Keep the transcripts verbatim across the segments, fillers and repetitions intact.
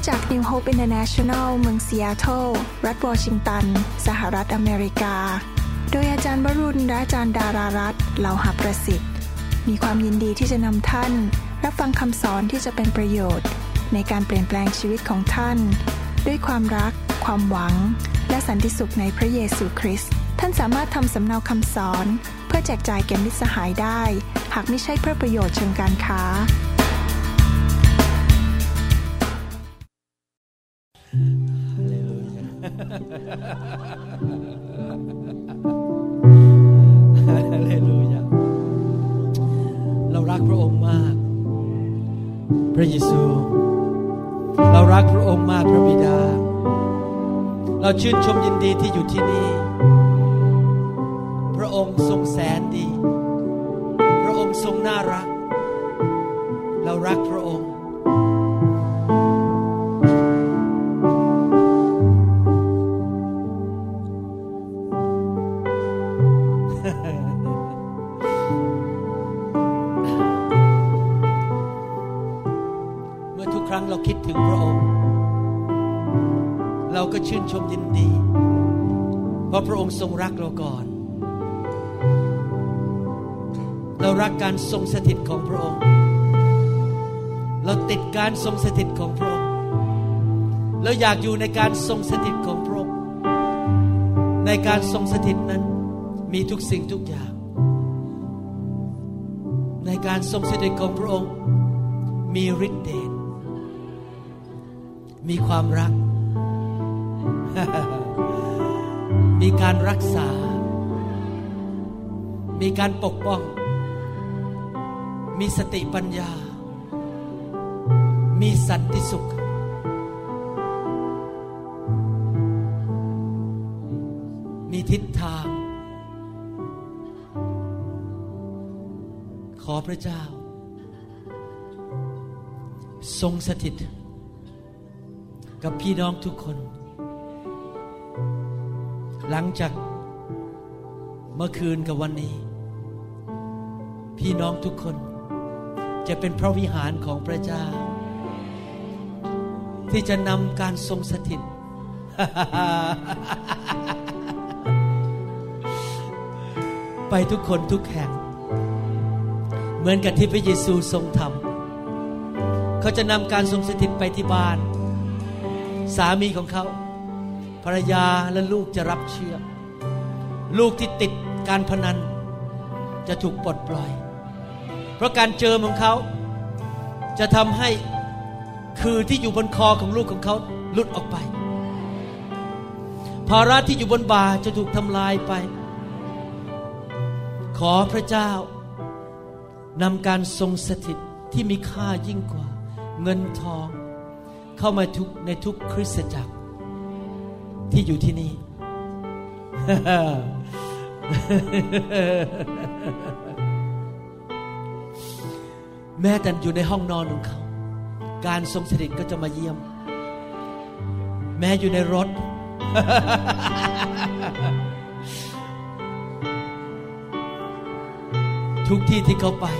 จาก New Hope International เมืองซีแอตเทิลรัฐวอชิงตันสหรัฐอเมริกาโดยอาจารย์วรุณและอาจารย์ดารารัตน์เหล่าหประสิทธิ์มีความยินดีที่จะนำท่านรับฟังคำสอนที่จะเป็นประโยชน์ในการเปลี่ยนแปลงชีวิตของท่านด้วยความรักความหวังและสันติสุขในพระเยซูคริสต์ท่านสามารถทำสำเนาคำสอนเพื่อแจกจ่ายแก่มิตรสหายได้หากไม่ใช่เพื่อประโยชน์เชิงการค้าฮาเลลูยาเรารักพระองค์มากพระเยซูเรารักพระองค์มากพระบิดาเราชื่นชมยินดีที่อยู่ที่นี่พระองค์ทรงแสนดีพระองค์ทรงน่ารักเรารักพระองค์เราคิดถึงพระองค์เราก็ชื่นชมยินดีเพราะพระองค์ทรงรักเราก่อนเรารักการทรงสถิตของพระองค์เราติดการทรงสถิตของพระองค์เราอยากอยู่ในการทรงสถิตของพระองค์ในการทรงสถิตนั้นมีทุกสิ่งทุกอย่างในการทรงสถิตของพระองค์มีฤทธิ์เดชมีความรัก มีการรักษามีการปกป้องมีสติปัญญามีสันติสุขมีทิศทางขอพระเจ้าทรงสถิตกับพี่น้องทุกคนหลังจากเมื่อคืนกับวันนี้พี่น้องทุกคนจะเป็นพระวิหารของพระเจ้าที่จะนำการทรงสถิต ไปทุกคนทุกแห่งเหมือนกับที่พระเยซูทรงทำเขาจะนำการทรงสถิตไปที่บ้านสามีของเขาภรรยาและลูกจะรับเชื่อลูกที่ติดการพนันจะถูกปลดปล่อยเพราะการเจิมของเขาจะทำให้คือที่อยู่บนคอของลูกของเขาหลุดออกไปภาระที่อยู่บนบ่าจะถูกทำลายไปขอพระเจ้านำการทรงสถิตที่มีค่ายิ่งกว่าเงินทองเข้ามาทุกในทุกคริสตจักรที่อยู่ที่นี่ แม้แต่อยู่ในห้องนอนของเขาการทรงสถิตก็จะมาเยี่ยมแม้อยู่ในรถ ทุกที่ที่เขาไป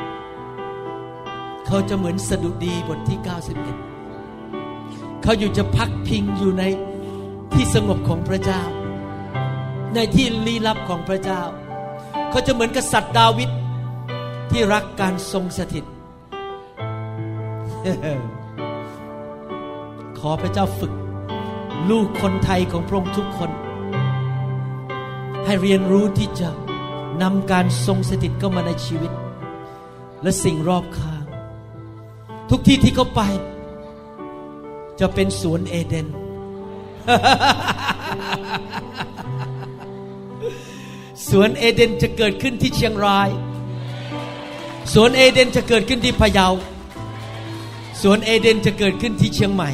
เขาจะเหมือนสดุดีบทที่เก้าสิบเอ็ดเขาอยู่จะพักพิงอยู่ในที่สงบของพระเจ้าในที่ลี้ลับของพระเจ้าเขาจะเหมือนกษัตริย์ดาวิดที่รักการทรงสถิต ขอพระเจ้าฝึกลูกคนไทยของพระองค์ทุกคนให้เรียนรู้ที่จะนำการทรงสถิตเข้ามาในชีวิตและสิ่งรอบข้างทุกที่ที่เขาไปจะเป็นสวนเอเดน สวนเอเดนจะเกิดขึ้นที่เชียงรายสวนเอเดนจะเกิดขึ้นที่พะเยาสวนเอเดนจะเกิดขึ้นที่เชียงใหม่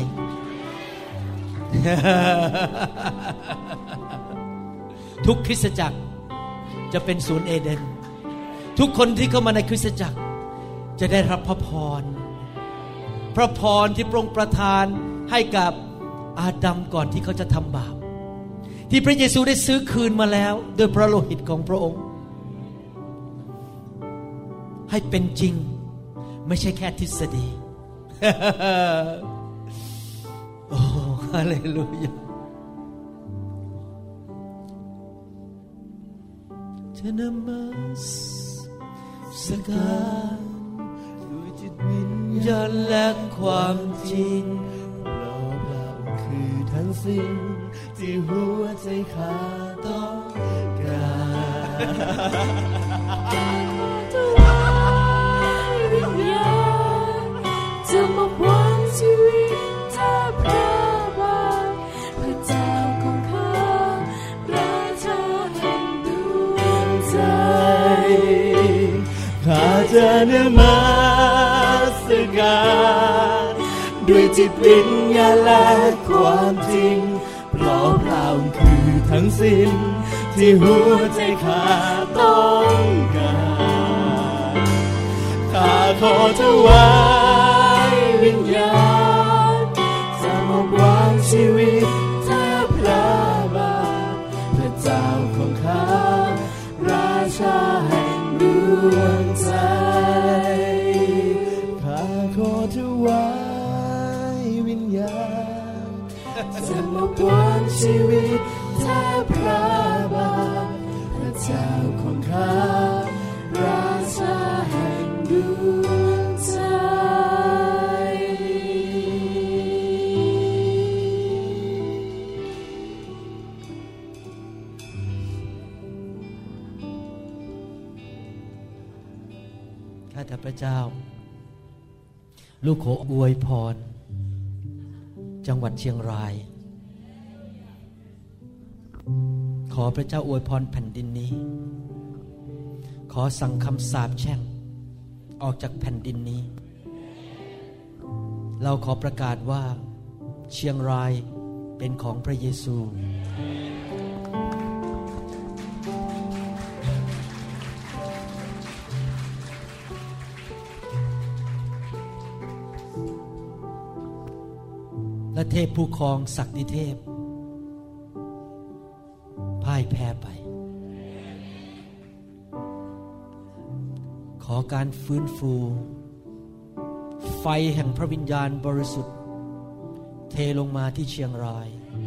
ทุกคริสตจักรจะเป็นสวนเอเดนทุกคนที่เข้ามาในคริสตจักรจะได้รับพระพรพระพรที่พระองค์ประทานให้กับอาดัมก่อนที่เขาจะทำบาปที่พระเยซูได้ซื้อคืนมาแล้วโดยพระโลหิตของพระองค์ให้เป็นจริงไม่ใช่แค่ทฤษฎีโอ้ฮาเลลูยาจะนมัสการด้วยจิตวิญญาณและความจริงเพราะเราคือทั้งสิ่งที่หัวใจข้าต้องการวิญญาณจะมอบวันชีวิตเธอพระบาทพระเจ้าของข้าราชาแห่งดวงใจข้าจะนมัสการด้วยจิตวิญญาณและความจริงเพราะพระองค์คือทั้งสิ้นที่หัวใจข้าต้องการข้าขอถวายวิญญาณจะมอบวางชีวิตแทบพระบาทพระเจ้าของข้าราชาแห่งดวงใจข้าขอถวายวิญญาณจะมอบวางชีวิตแทบพระบาทพระเจ้าของข้าราชาแห่งดวงใจข้าแต่พระเจ้าลูกขออวยพรจังหวัดเชียงรายขอพระเจ้าอวยพรแผ่นดินนี้ขอสั่งคำสาปแช่งออกจากแผ่นดินนี้เราขอประกาศว่าเชียงรายเป็นของพระเยซูและเทพผู้ครองศักดิเทพพ่ายแพ้ไปขอการฟื้นฟูไฟแห่งพระวิญญาณบริสุทธิ์เทลงมาที่เชียงราย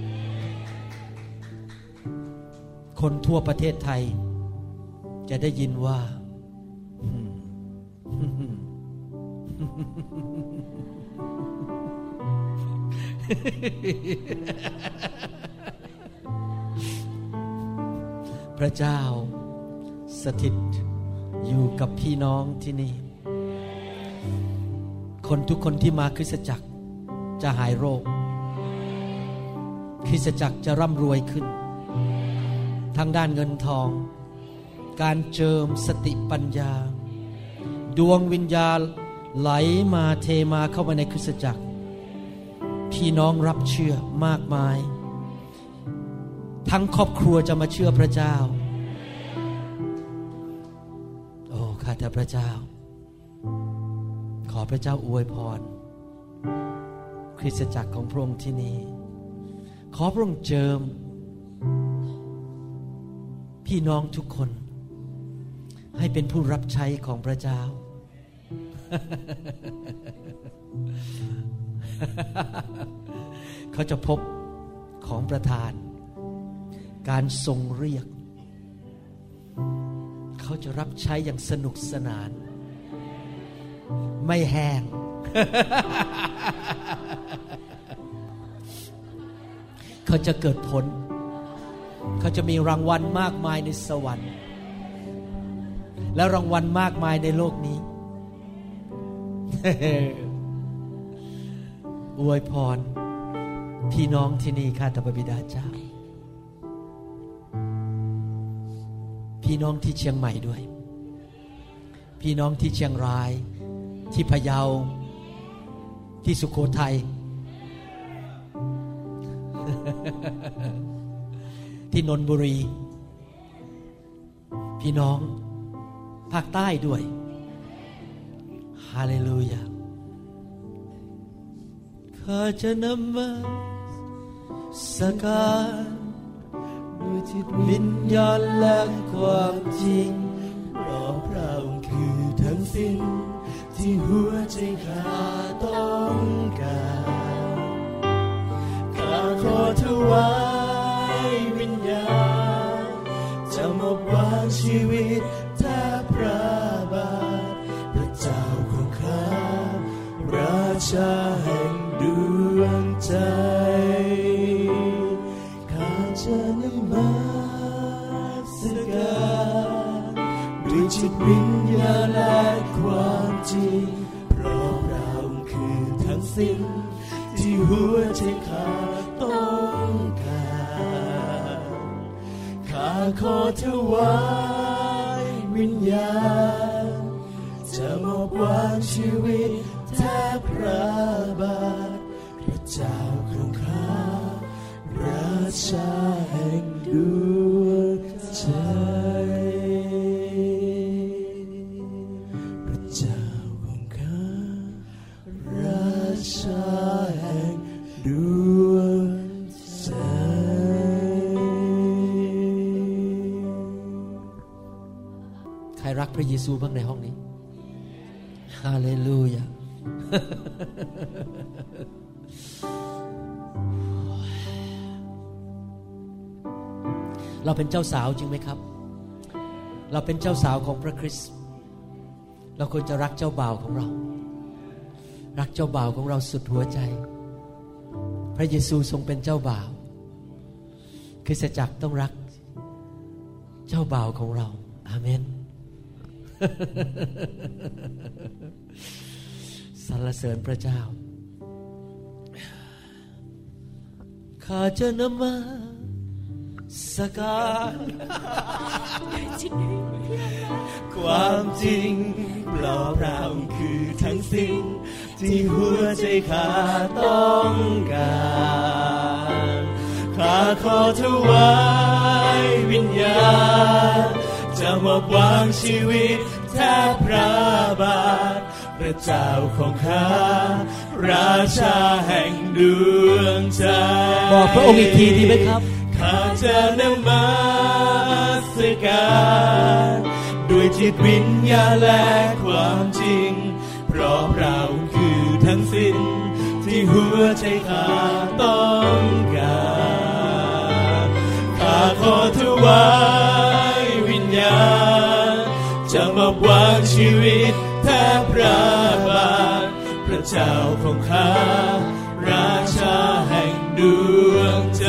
คนทั่วประเทศไทยจะได้ยินว่าพระเจ้าสถิตอยู่กับพี่น้องที่นี่คนทุกคนที่มาคริสตจักรจะหายโรคคริสตจักรจะร่ำรวยขึ้นทางด้านเงินทองการเจิมสติปัญญาดวงวิญญาณไหลมาเทมาเข้ามาในคริสตจักรพี่น้องรับเชื่อมากมายทั้งครอบครัวจะมาเชื่อพระเจ้าโอ้ข้าแต่พระเจ้าขอพระเจ้าอวยพรคริสตจักรของพระองค์ที่นี่ขอพระองค์เจิมพี่น้องทุกคนให้เป็นผู้รับใช้ของพระเจ้า เขาจะพบของประทานการทรงเรียกเขาจะรับใช้อย่างสนุกสนานไม่แห้ง เขาจะเกิดผลเขาจะมีรางวัลมากมายในสวรรค์และรางวัลมากมายในโลกนี้ อวยพรพี่น้องที่นี่ข้าแต่พระบิดาเจ้าพี่น้องที่เชียงใหม่ด้วยพี่น้องที่เชียงรายที่พะเยาที่สุโขทัย ที่นนทบุรีพี่น้องภาคใต้ด้วยฮาเลลูยาข้าจะนำมาสักการด้วยจิตวิญญาณและความจริงเพราะพระองค์คือทั้งสิ้นที่หัวใจข้าต้องการชาแห่งดวงใจข้าจะนมัสการด้วยจิตวิญญาณและความจริงเพราะเราคือทั้งสิ้นที่หัวใจข้าต้องการข้าขอถวายวิญญาณจะมอบวางชีวิตแทบพระบาทพระเจ้าของข้าราชาแห่งดวงใจพระเจ้าของข้าราชาแห่งดวงใจใครรักพระเยซูบ้างในห้องนี้ฮาเลลูยาเราเป็นเจ้าสาวจริงไหมครับเราเป็นเจ้าสาวของพระคริสต์เราควรจะรักเจ้าบ่าวของเรารักเจ้าบ่าวของเราสุดหัวใจพระเยซูทรงเป็นเจ้าบ่าวคริสตจักรต้องรักเจ้าบ่าวของเราอาเมนสรรเสริญพระเจ้าข้าจะนมัสการความจริงเปล่าเปล่าคือทั้งสิ้นที่หัวใจข้าต้องการข้าขอถวายวิญญาณจะมอบวางชีวิตแทบพระบาทพระเจ้าของข้าราชาแห่งดวงใจบอกพระองค์อีกทีดีไหมครับข้าจะนมัสการด้วยจิตวิญญาณและความจริงเพราะเราคือทั้งสิ้นที่หัวใจข้าต้องการข้าขอถวายวิญญาณจะมอบวางชีวิตแทบพระบาทพระเจ้าของข้าราชาแห่งดวงใจ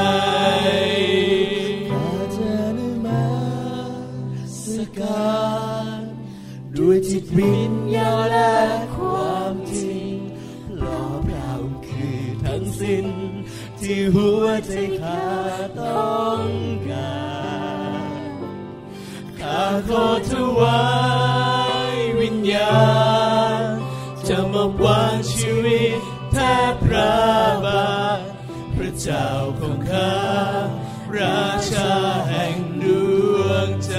ข้าจะนมัสการด้วยจิตวิญญาณและความจริงเพราะเราคือทั้งสิ้นที่หัวใจข้าต้องการข้าขอถวายวิญญาณจะมอบวางชีวิตแทบพระบาทพระเจ้าของข้าราชาแห่งดวงใจ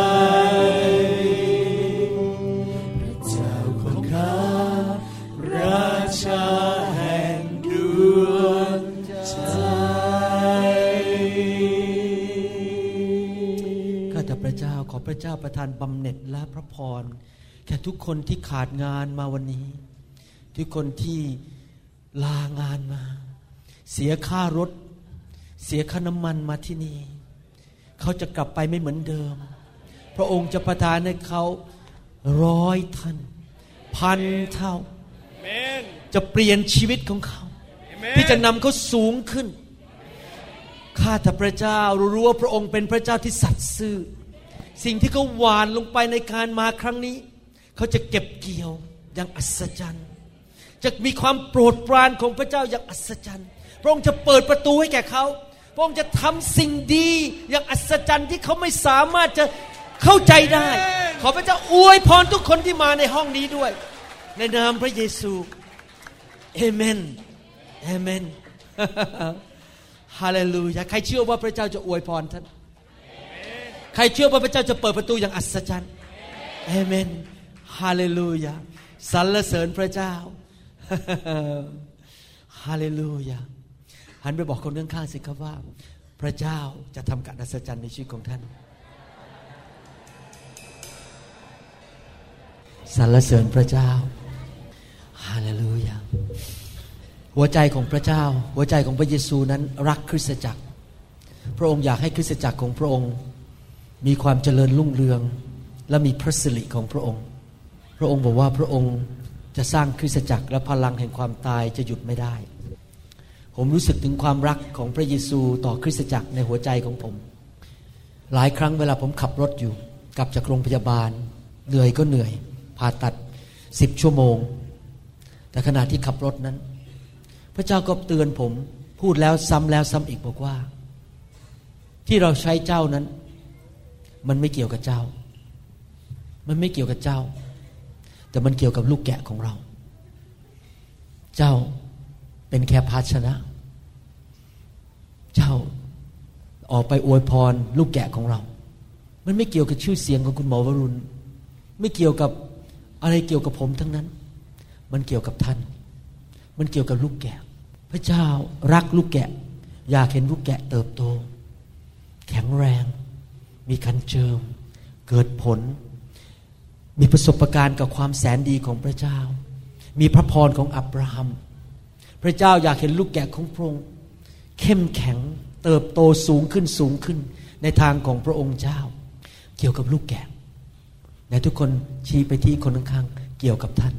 พระเจ้าของข้าราชาแห่งดวงใจข้าแต่พระเจ้าขอพระเจ้าประทานบำเหน็จและพระพรแก่ทุกคนที่ขาดงานมาวันนี้ทุกคนที่ลางานมาเสียค่ารถเสียค่าน้ำมันมาที่นี่เขาจะกลับไปไม่เหมือนเดิมพระองค์จะประทานให้เขาร้อยเท่าพันเท่าจะเปลี่ยนชีวิตของเขาที่จะนำเขาสูงขึ้นข้าแต่พระเจ้ารู้ว่าพระองค์เป็นพระเจ้าที่สัตย์ซื่อสิ่งที่เขาหว่านลงไปในการมาครั้งนี้เขาจะเก็บเกี่ยวอย่างอัศจรรย์จะมีความโปรดปรานของพระเจ้าอย่างอัศจรรย์พระองค์จะเปิดประตูให้แก่เขาพระองค์จะทำสิ่งดีอย่างอัศจรรย์ที่เขาไม่สามารถจะเข้าใจได้ขอพระเจ้าอวยพรทุกคนที่มาในห้องนี้ด้วยในนามพระเยซูเอเมนเอเมนฮาเลลูยาใครเชื่อว่าพระเจ้าจะอวยพรท่านใครเชื่อว่าพระเจ้าจะเปิดประตูอย่างอัศจรรย์เอเมนฮาเลลูยาสรรเสริญพระเจ้าฮาเลลูยาหันไปบอกคนข้างๆสิครับว่าพระเจ้าจะทำการอัศจรรย์ในชีวิตของท่านสรรเสริญพระเจ้าฮาเลลูยาหัวใจของพระเจ้าหัวใจของพระเยซูนั้นรักคริสตจักรพระองค์อยากให้คริสตจักรของพระองค์มีความเจริญรุ่งเรืองและมีพระสิริของพระองค์พระองค์บอกว่าพระองค์จะสร้างคริสตจักรและพลังแห่งความตายจะหยุดไม่ได้ผมรู้สึกถึงความรักของพระเยซูต่อคริสตจักรในหัวใจของผมหลายครั้งเวลาผมขับรถอยู่กลับจากโรงพยาบาลเหนื่อยก็เหนื่อยผ่าตัดสิบชั่วโมงแต่ขณะที่ขับรถนั้นพระเจ้าก็เตือนผมพูดแล้วซ้ำแล้วซ้ำอีกบอกว่าที่เราใช้เจ้านั้นมันไม่เกี่ยวกับเจ้ามันไม่เกี่ยวกับเจ้าแต่มันเกี่ยวกับลูกแกะของเราเจ้าเป็นแค่ภาชนะเจ้าออกไปอวยพรลูกแกะของเรามันไม่เกี่ยวกับชื่อเสียงของคุณหมอวรุณไม่เกี่ยวกับอะไรเกี่ยวกับผมทั้งนั้นมันเกี่ยวกับท่านมันเกี่ยวกับลูกแกะพระเจ้ารักลูกแกะอยากเห็นลูกแกะเติบโตแข็งแรงมีคันเจิมเกิดผลมีประสบการณ์กับความแสนดีของพระเจ้ามีพระพรของอับราฮัมพระเจ้าอยากเห็นลูกแกะของพระองค์เข้มแข็งเติบโตสูงขึ้นสูงขึ้นในทางของพระองค์เจ้าเกี่ยวกับลูกแกะไหนทุกคนชี้ไปที่คนข้างๆเกี่ยวกับท่าน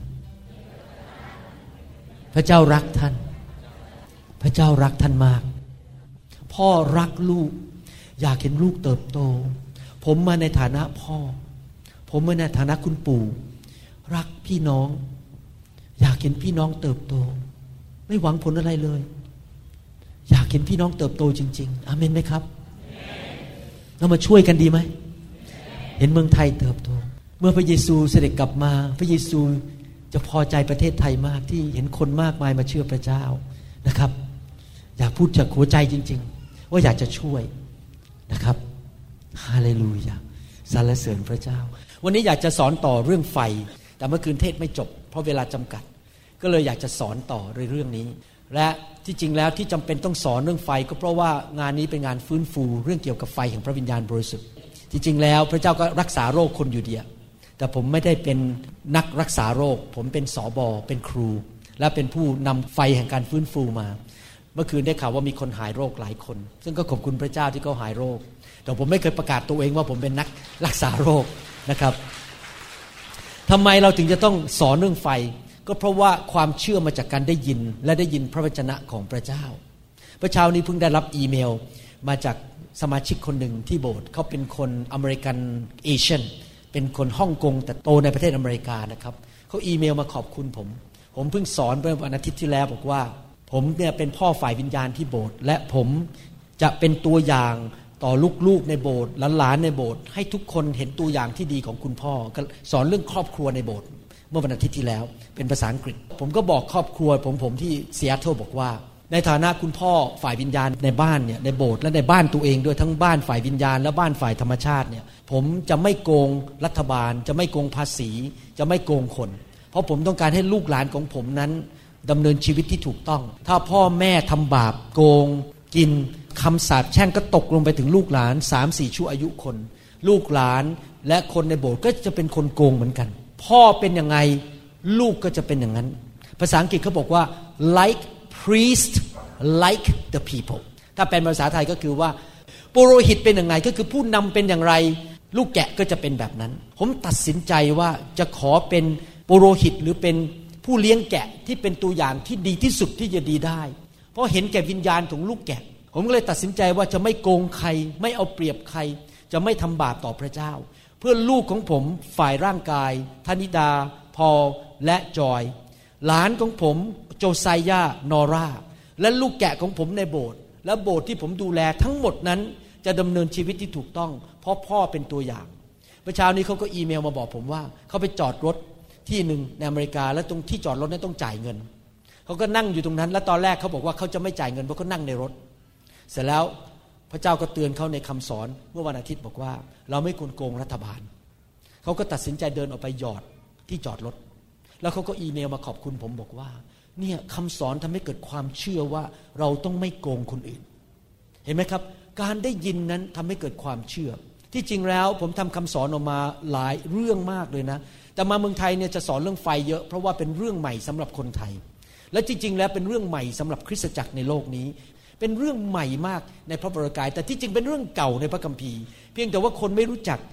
พระเจ้ารักท่านพระเจ้ารักท่านมากพ่อรักลูกอยากเห็นลูกเติบโตผมมาในฐานะพ่อผมมาในฐานะคุณปู่รักพี่น้องอยากเห็นพี่น้องเติบโตไม่หวังผลอะไรเลยอยากเห็นพี่น้องเติบโตจริงๆอาเมนไหมครับเรามาช่วยกันดีไหมเห็นเมืองไทยเติบโตเมื่อพระเยซูเสด็จกลับมาพระเยซูจะพอใจประเทศไทยมากที่เห็นคนมากมายมาเชื่อพระเจ้านะครับอยากพูดจากหัวใจจริงๆว่าอยากจะช่วยนะครับฮาเลลูยาสรรเสริญพระเจ้าวันนี้อยากจะสอนต่อเรื่องไฟแต่เมื่อคืนเทศไม่จบเพราะเวลาจำกัดก็เลยอยากจะสอนต่อเรื่องนี้และที่จริงแล้วที่จำเป็นต้องสอนเรื่องไฟก็เพราะว่างานนี้เป็นงานฟื้นฟูเรื่องเกี่ยวกับไฟแห่งพระวิญญาณบริสุทธิ์ที่จริงแล้วพระเจ้าก็รักษาโรคคนอยู่เดียวแต่ผมไม่ได้เป็นนักรักษาโรคผมเป็นสบเป็นครูและเป็นผู้นำไฟแห่งการฟื้นฟูมาเมื่อคืนได้ข่าวว่ามีคนหายโรคหลายคนซึ่งก็ขอบคุณพระเจ้าที่เขาหายโรคแต่ผมไม่เคยประกาศตัวเองว่าผมเป็นนักรักษาโรคนะครับทำไมเราถึงจะต้องสอนเรื่องไฟก็เพราะว่าความเชื่อมาจากการได้ยินและได้ยินพระวจนะของพระเจ้าเมื่อเช้านี้เพิ่งได้รับอีเมลมาจากสมาชิกคนหนึ่งที่โบสถ์เขาเป็นคนอเมริกันเอเชียนเป็นคนฮ่องกงแต่โตในประเทศอเมริกานะครับเขาอีเมลมาขอบคุณผมผมเพิ่งสอนเมื่อวันอาทิตย์ที่แล้วบอกว่าผมเนี่ยเป็นพ่อฝ่ายวิญญาณที่โบสถ์และผมจะเป็นตัวอย่างต่อลูกๆในโบสถ์หลานๆในโบสถ์ให้ทุกคนเห็นตัวอย่างที่ดีของคุณพ่อสอนเรื่องครอบครัวในโบสถ์เมื่อวันอาทิตย์ที่แล้วเป็นภาษาอังกฤษผมก็บอกครอบครัวผมผมที่ซีแอตเทิลบอกว่าในฐานะคุณพ่อฝ่ายวิญญาณในบ้านเนี่ยในโบสถ์และในบ้านตัวเองด้วยทั้งบ้านฝ่ายวิญญาณและบ้านฝ่ายธรรมชาติเนี่ยผมจะไม่โกงรัฐบาลจะไม่โกงภาษีจะไม่โกงคนเพราะผมต้องการให้ลูกหลานของผมนั้นดำเนินชีวิตที่ถูกต้องถ้าพ่อแม่ทำบาปโกงกินคำสาปแช่งก็ตกลงไปถึงลูกหลาน สามสี่ ชั่วอายุคนลูกหลานและคนในโบสถ์ก็จะเป็นคนโกงเหมือนกันพ่อเป็นยังไงลูกก็จะเป็นอย่างนั้นภาษาอังกฤษเขาบอกว่า like priest like the people ถ้าเป็นภาษาไทยก็คือว่าปุโรหิตเป็นยังไงก็คือผู้นำเป็นอย่างไรลูกแกะก็จะเป็นแบบนั้นผมตัดสินใจว่าจะขอเป็นปุโรหิตหรือเป็นผู้เลี้ยงแกะที่เป็นตัวอย่างที่ดีที่สุดที่จะดีได้เพราะเห็นแก่วิญญาณของลูกแกะผมก็เลยตัดสินใจว่าจะไม่โกงใครไม่เอาเปรียบใครจะไม่ทำบาปต่อพระเจ้าเพื่อลูกของผมฝ่ายร่างกายธนิดาพอลและจอยหลานของผมโจไซยานอราและลูกแกะของผมในโบสถ์และโบสถ์ที่ผมดูแลทั้งหมดนั้นจะดำเนินชีวิตที่ถูกต้องเพราะพ่อเป็นตัวอย่างเมื่อเช้านี้เขาก็อีเมลมาบอกผมว่าเขาไปจอดรถที่หนึ่งในอเมริกาแล้วตรงที่จอดรถนั้นต้องจ่ายเงินเขาก็นั่งอยู่ตรงนั้นแล้วตอนแรกเขาบอกว่าเขาจะไม่จ่ายเงินเพราะเขานั่งในรถเสร็จแล้วพระเจ้าก็เตือนเขาในคำสอนเมื่อวันอาทิตย์บอกว่าเราไม่ควรโกงรัฐบาลเขาก็ตัดสินใจเดินออกไปหยอดที่จอดรถแล้วเขาก็อีเมลมาขอบคุณผมบอกว่าเนี่ยคำสอนทำให้เกิดความเชื่อว่าเราต้องไม่โกงคนอื่นเห็นไหมครับการได้ยินนั้นทำให้เกิดความเชื่อที่จริงแล้วผมทำคำสอนออกมาหลายเรื่องมากเลยนะแต่มาเมืองไทยเนี่ยจะสอนเรื่องไฟเยอะเพราะว่าเป็นเรื่องใหม่สำหรับคนไทยและจริงๆแล้วเป็นเรื่องใหม่สำหรับคริสตจักรในโลกนี้เป็นเรื่องใหม่มากในพระวรกายแต่ที่จริงเป็นเรื่องเก่าในพระคัมภีร์เพียงแต่ว่าคนไม่รู้จัก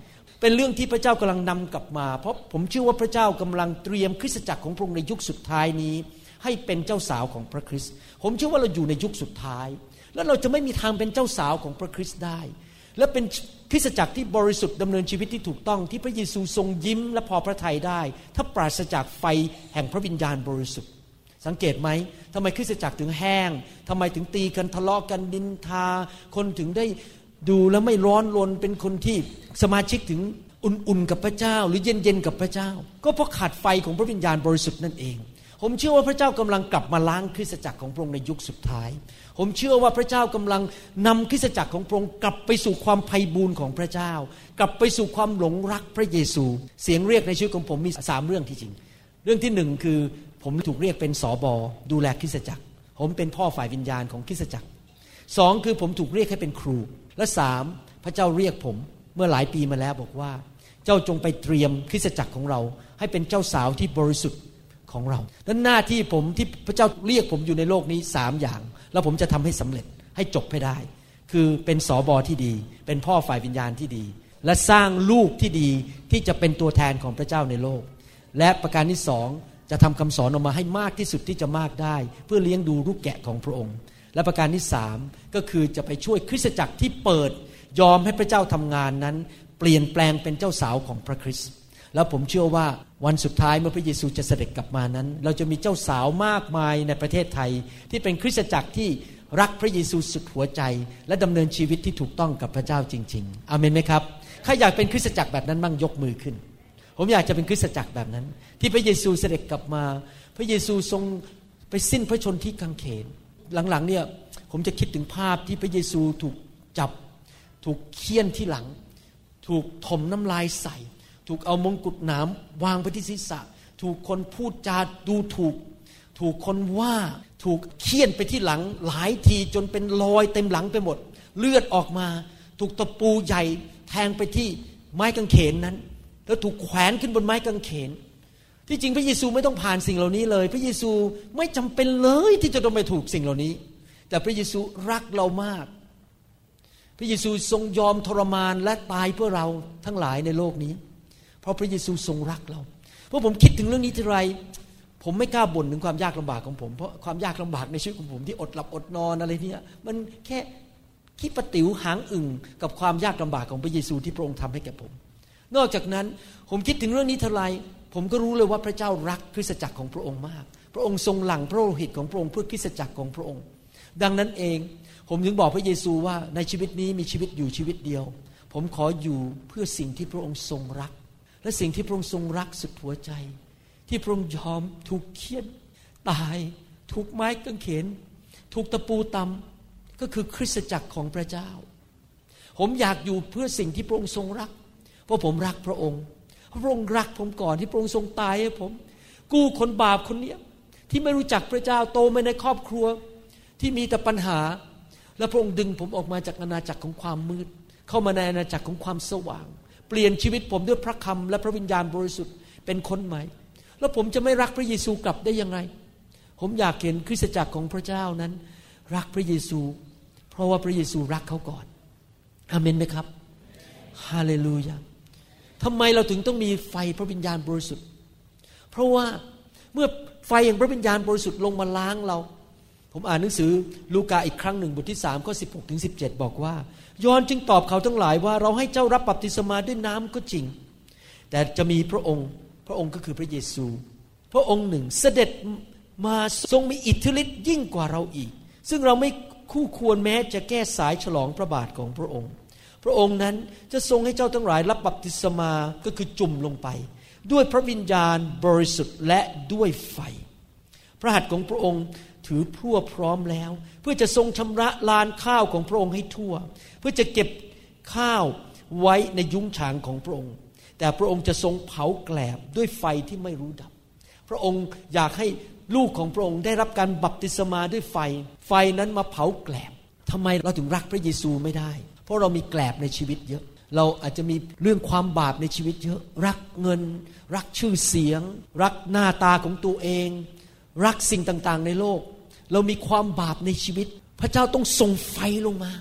เป็นเรื่องที่พระเจ้ากำลังนำกลับมาเพราะผมเชื่อว่าพระเจ้ากำลังเตรียมคริสตจักรของพระองค์ในยุคสุดท้ายนี้ให้เป็นเจ้าสาวของพระคริสต์ผมเชื่อว่าเราอยู่ในยุคสุดท้ายแล้วเราจะไม่มีทางเป็นเจ้าสาวของพระคริสต์ได้และเป็นคริสตจักรที่บริสุทธิ์ดำเนินชีวิตที่ถูกต้องที่พระเยซูทรงยิ้มและพอพระทัยได้ถ้าปราศจากไฟแห่งพระวิญญาณบริสุทธิ์สังเกตไหมทำไมคริสตจักรถึงแห้งทำไมถึงตีกันทะเลาะกันดินทาคนถึงได้ดูแล้วไม่ร้อนรนเป็นคนที่สมาชิกถึงอุ่นๆกับพระเจ้าหรือเย็นๆกับพระเจ้าก็เพราะขาดไฟของพระวิญญาณบริสุทธิ์นั่นเองผมเชื่อว่าพระเจ้ากำลังกลับมาล้างคริสตจักรของพระองค์ในยุคสุดท้ายผมเชื่อว่าพระเจ้ากำลังนำคริสตจักรของพระองค์กลับไปสู่ความไพบูลย์ของพระเจ้ากลับไปสู่ความหลงรักพระเยซูเสียงเรียกในชีวิตของผมมีสามเรื่องที่จริงเรื่องที่หนึ่งคือผมถูกเรียกเป็นสบดูแลคริสตจักรผมเป็นพ่อฝ่ายวิญญาณของคริสตจักรสองคือผมถูกเรียกให้เป็นครูและสามพระเจ้าเรียกผมเมื่อหลายปีมาแล้วบอกว่าเจ้าจงไปเตรียมคริสตจักรของเราให้เป็นเจ้าสาวที่บริสุทธิ์ของเราและหน้าที่ผมที่พระเจ้าเรียกผมอยู่ในโลกนี้สามอย่างแล้วผมจะทำให้สำเร็จให้จบให้ได้คือเป็นสบที่ดีเป็นพ่อฝ่ายวิญญาณที่ดีและสร้างลูกที่ดีที่จะเป็นตัวแทนของพระเจ้าในโลกและประการที่สองจะทำคำสอนออกมาให้มากที่สุดที่จะมากได้เพื่อเลี้ยงดูลูกแกะของพระองค์และประการที่สามก็คือจะไปช่วยคริสตจักรที่เปิดยอมให้พระเจ้าทำงานนั้นเปลี่ยนแปลงเป็นเจ้าสาวของพระคริสต์แล้วผมเชื่อว่าวันสุดท้ายเมื่อพระเยซูจะเสด็จกลับมานั้นเราจะมีเจ้าสาวมากมายในประเทศไทยที่เป็นคริสตจักรที่รักพระเยซูสุดหัวใจและดำเนินชีวิตที่ถูกต้องกับพระเจ้าจริงๆอาเมนไหมครับใครอยากเป็นคริสตจักรแบบนั้นบ้างยกมือขึ้นผมอยากจะเป็นคริสตจักรแบบนั้นที่พระเยซูเสด็จกลับมาพระเยซูทรงไปสิ้นพระชนม์ที่กางเขนหลังๆเนี่ยผมจะคิดถึงภาพที่พระเยซูถูกจับถูกเฆี่ยนที่หลังถูกถมน้ำลายใส่ถูกเอามงกุฎหนามวางไปที่ศีรษะถูกคนพูดจาดูถูกถูกคนว่าถูกเฆี่ยนไปที่หลังหลายทีจนเป็นรอยเต็มหลังไปหมดเลือดออกมาถูกตะปูใหญ่แทงไปที่ไม้กางเขนนั้นแล้วถูกแขวนขึ้นบนไม้กางเขนที่จริงพระเยซูไม่ต้องผ่านสิ่งเหล่านี้เลยพระเยซูไม่จำเป็นเลยที่จะต้องไปถูกสิ่งเหล่านี้แต่พระเยซูรักเรามากพระเยซูทรงยอมทรมานและตายเพื่อเราทั้งหลายในโลกนี้เพราะพระเยซูทรงรักเราเพราะผมคิดถึงเรื่องนี้ทีไรผมไม่กล้าบ่นถึงความยากลำบากของผมเพราะความยากลำบากในชีวิตของผมที่อดหลับอดนอนอะไรเนี่ยมันแค่ขี้ปะติ๋วหางอึ่งกับความยากลำบากของพระเยซูที่พระองค์ทำให้แก่ผมนอกจากนั้นผมคิดถึงเรื่องนี้ทีไรผมก็รู้เลยว่าพระเจ้ารักคริสตจักรของพระองค์มากพระองค์ทรงหลั่งพระโลหิตของพระองค์เพื่อคริสตจักรของพระองค์ดังนั้นเองผมถึงบอกพระเยซูว่าในชีวิตนี้มีชีวิตอยู่ชีวิตเดียวผมขออยู่เพื่อสิ่งที่พระองค์ทรงรักและสิ่งที่พระองค์ทรงรักสุดหัวใจที่พระองค์ยอมถูกเฆี่ยนตายถูกไม้กางเขนถูกตะปูตำก็คือคริสตจักรของพระเจ้าผมอยากอยู่เพื่อสิ่งที่พระองค์ทรงรักเพราะผมรักพระองค์พระองค์รักผมก่อนที่พระองค์ทรงตายให้ผมกู้คนบาปคนนี้ที่ไม่รู้จักพระเจ้าโตมาในครอบครัวที่มีแต่ปัญหาและพระองค์ดึงผมออกมาจากอาณาจักรของความมืดเข้ามาในอาณาจักรของความสว่างเปลี่ยนชีวิตผมด้วยพระคำและพระวิญญาณบริสุทธิ์เป็นคนใหม่แล้วผมจะไม่รักพระเยซูกลับได้ยังไงผมอยากเห็นคริสตจักรของพระเจ้านั้นรักพระเยซูเพราะว่าพระเยซูรักเขาก่อนอาเมนไหมครับฮาเลลูยาทำไมเราถึงต้องมีไฟพระวิญญาณบริสุทธิ์เพราะว่าเมื่อไฟแห่งพระวิญญาณบริสุทธิ์ลงมาล้างเราผมอ่านหนังสือลูกาอีกครั้งหนึ่งบทที่สามข้อสิบหกถึงสิบเจ็ดบอกว่ายอห์นจึงตอบเขาทั้งหลายว่าเราให้เจ้ารับบัพติศมาด้วยน้ำก็จริงแต่จะมีพระองค์พระองค์ก็คือพระเยซูพระองค์หนึ่งเสด็จมาทรงมีอิทธิฤทธิ์ยิ่งกว่าเราอีกซึ่งเราไม่คู่ควรแม้จะแก้สายฉลองพระบาทของพระองค์พระองค์นั้นจะทรงให้เจ้าทั้งหลายรับบัพติศมาก็คือจุ่มลงไปด้วยพระวิญญาณบริสุทธิ์และด้วยไฟพระหัตถ์ของพระองค์ถือพลั่วพร้อมแล้วเพื่อจะทรงชำระลานข้าวของพระองค์ให้ทั่วเพื่อจะเก็บข้าวไว้ในยุ้งฉางของพระองค์แต่พระองค์จะทรงเผาแกลบด้วยไฟที่ไม่รู้ดับพระองค์อยากให้ลูกของพระองค์ได้รับการบัพติศมาด้วยไฟไฟนั้นมาเผาแกลบทำไมเราถึงรักพระเยซูไม่ได้เพราะเรามีแกลบในชีวิตเยอะเราอาจจะมีเรื่องความบาปในชีวิตเยอะรักเงินรักชื่อเสียงรักหน้าตาของตัวเองรักสิ่งต่างๆในโลกเรามีความบาปในชีวิตพระเจ้าต้องส่งไฟลงมาไ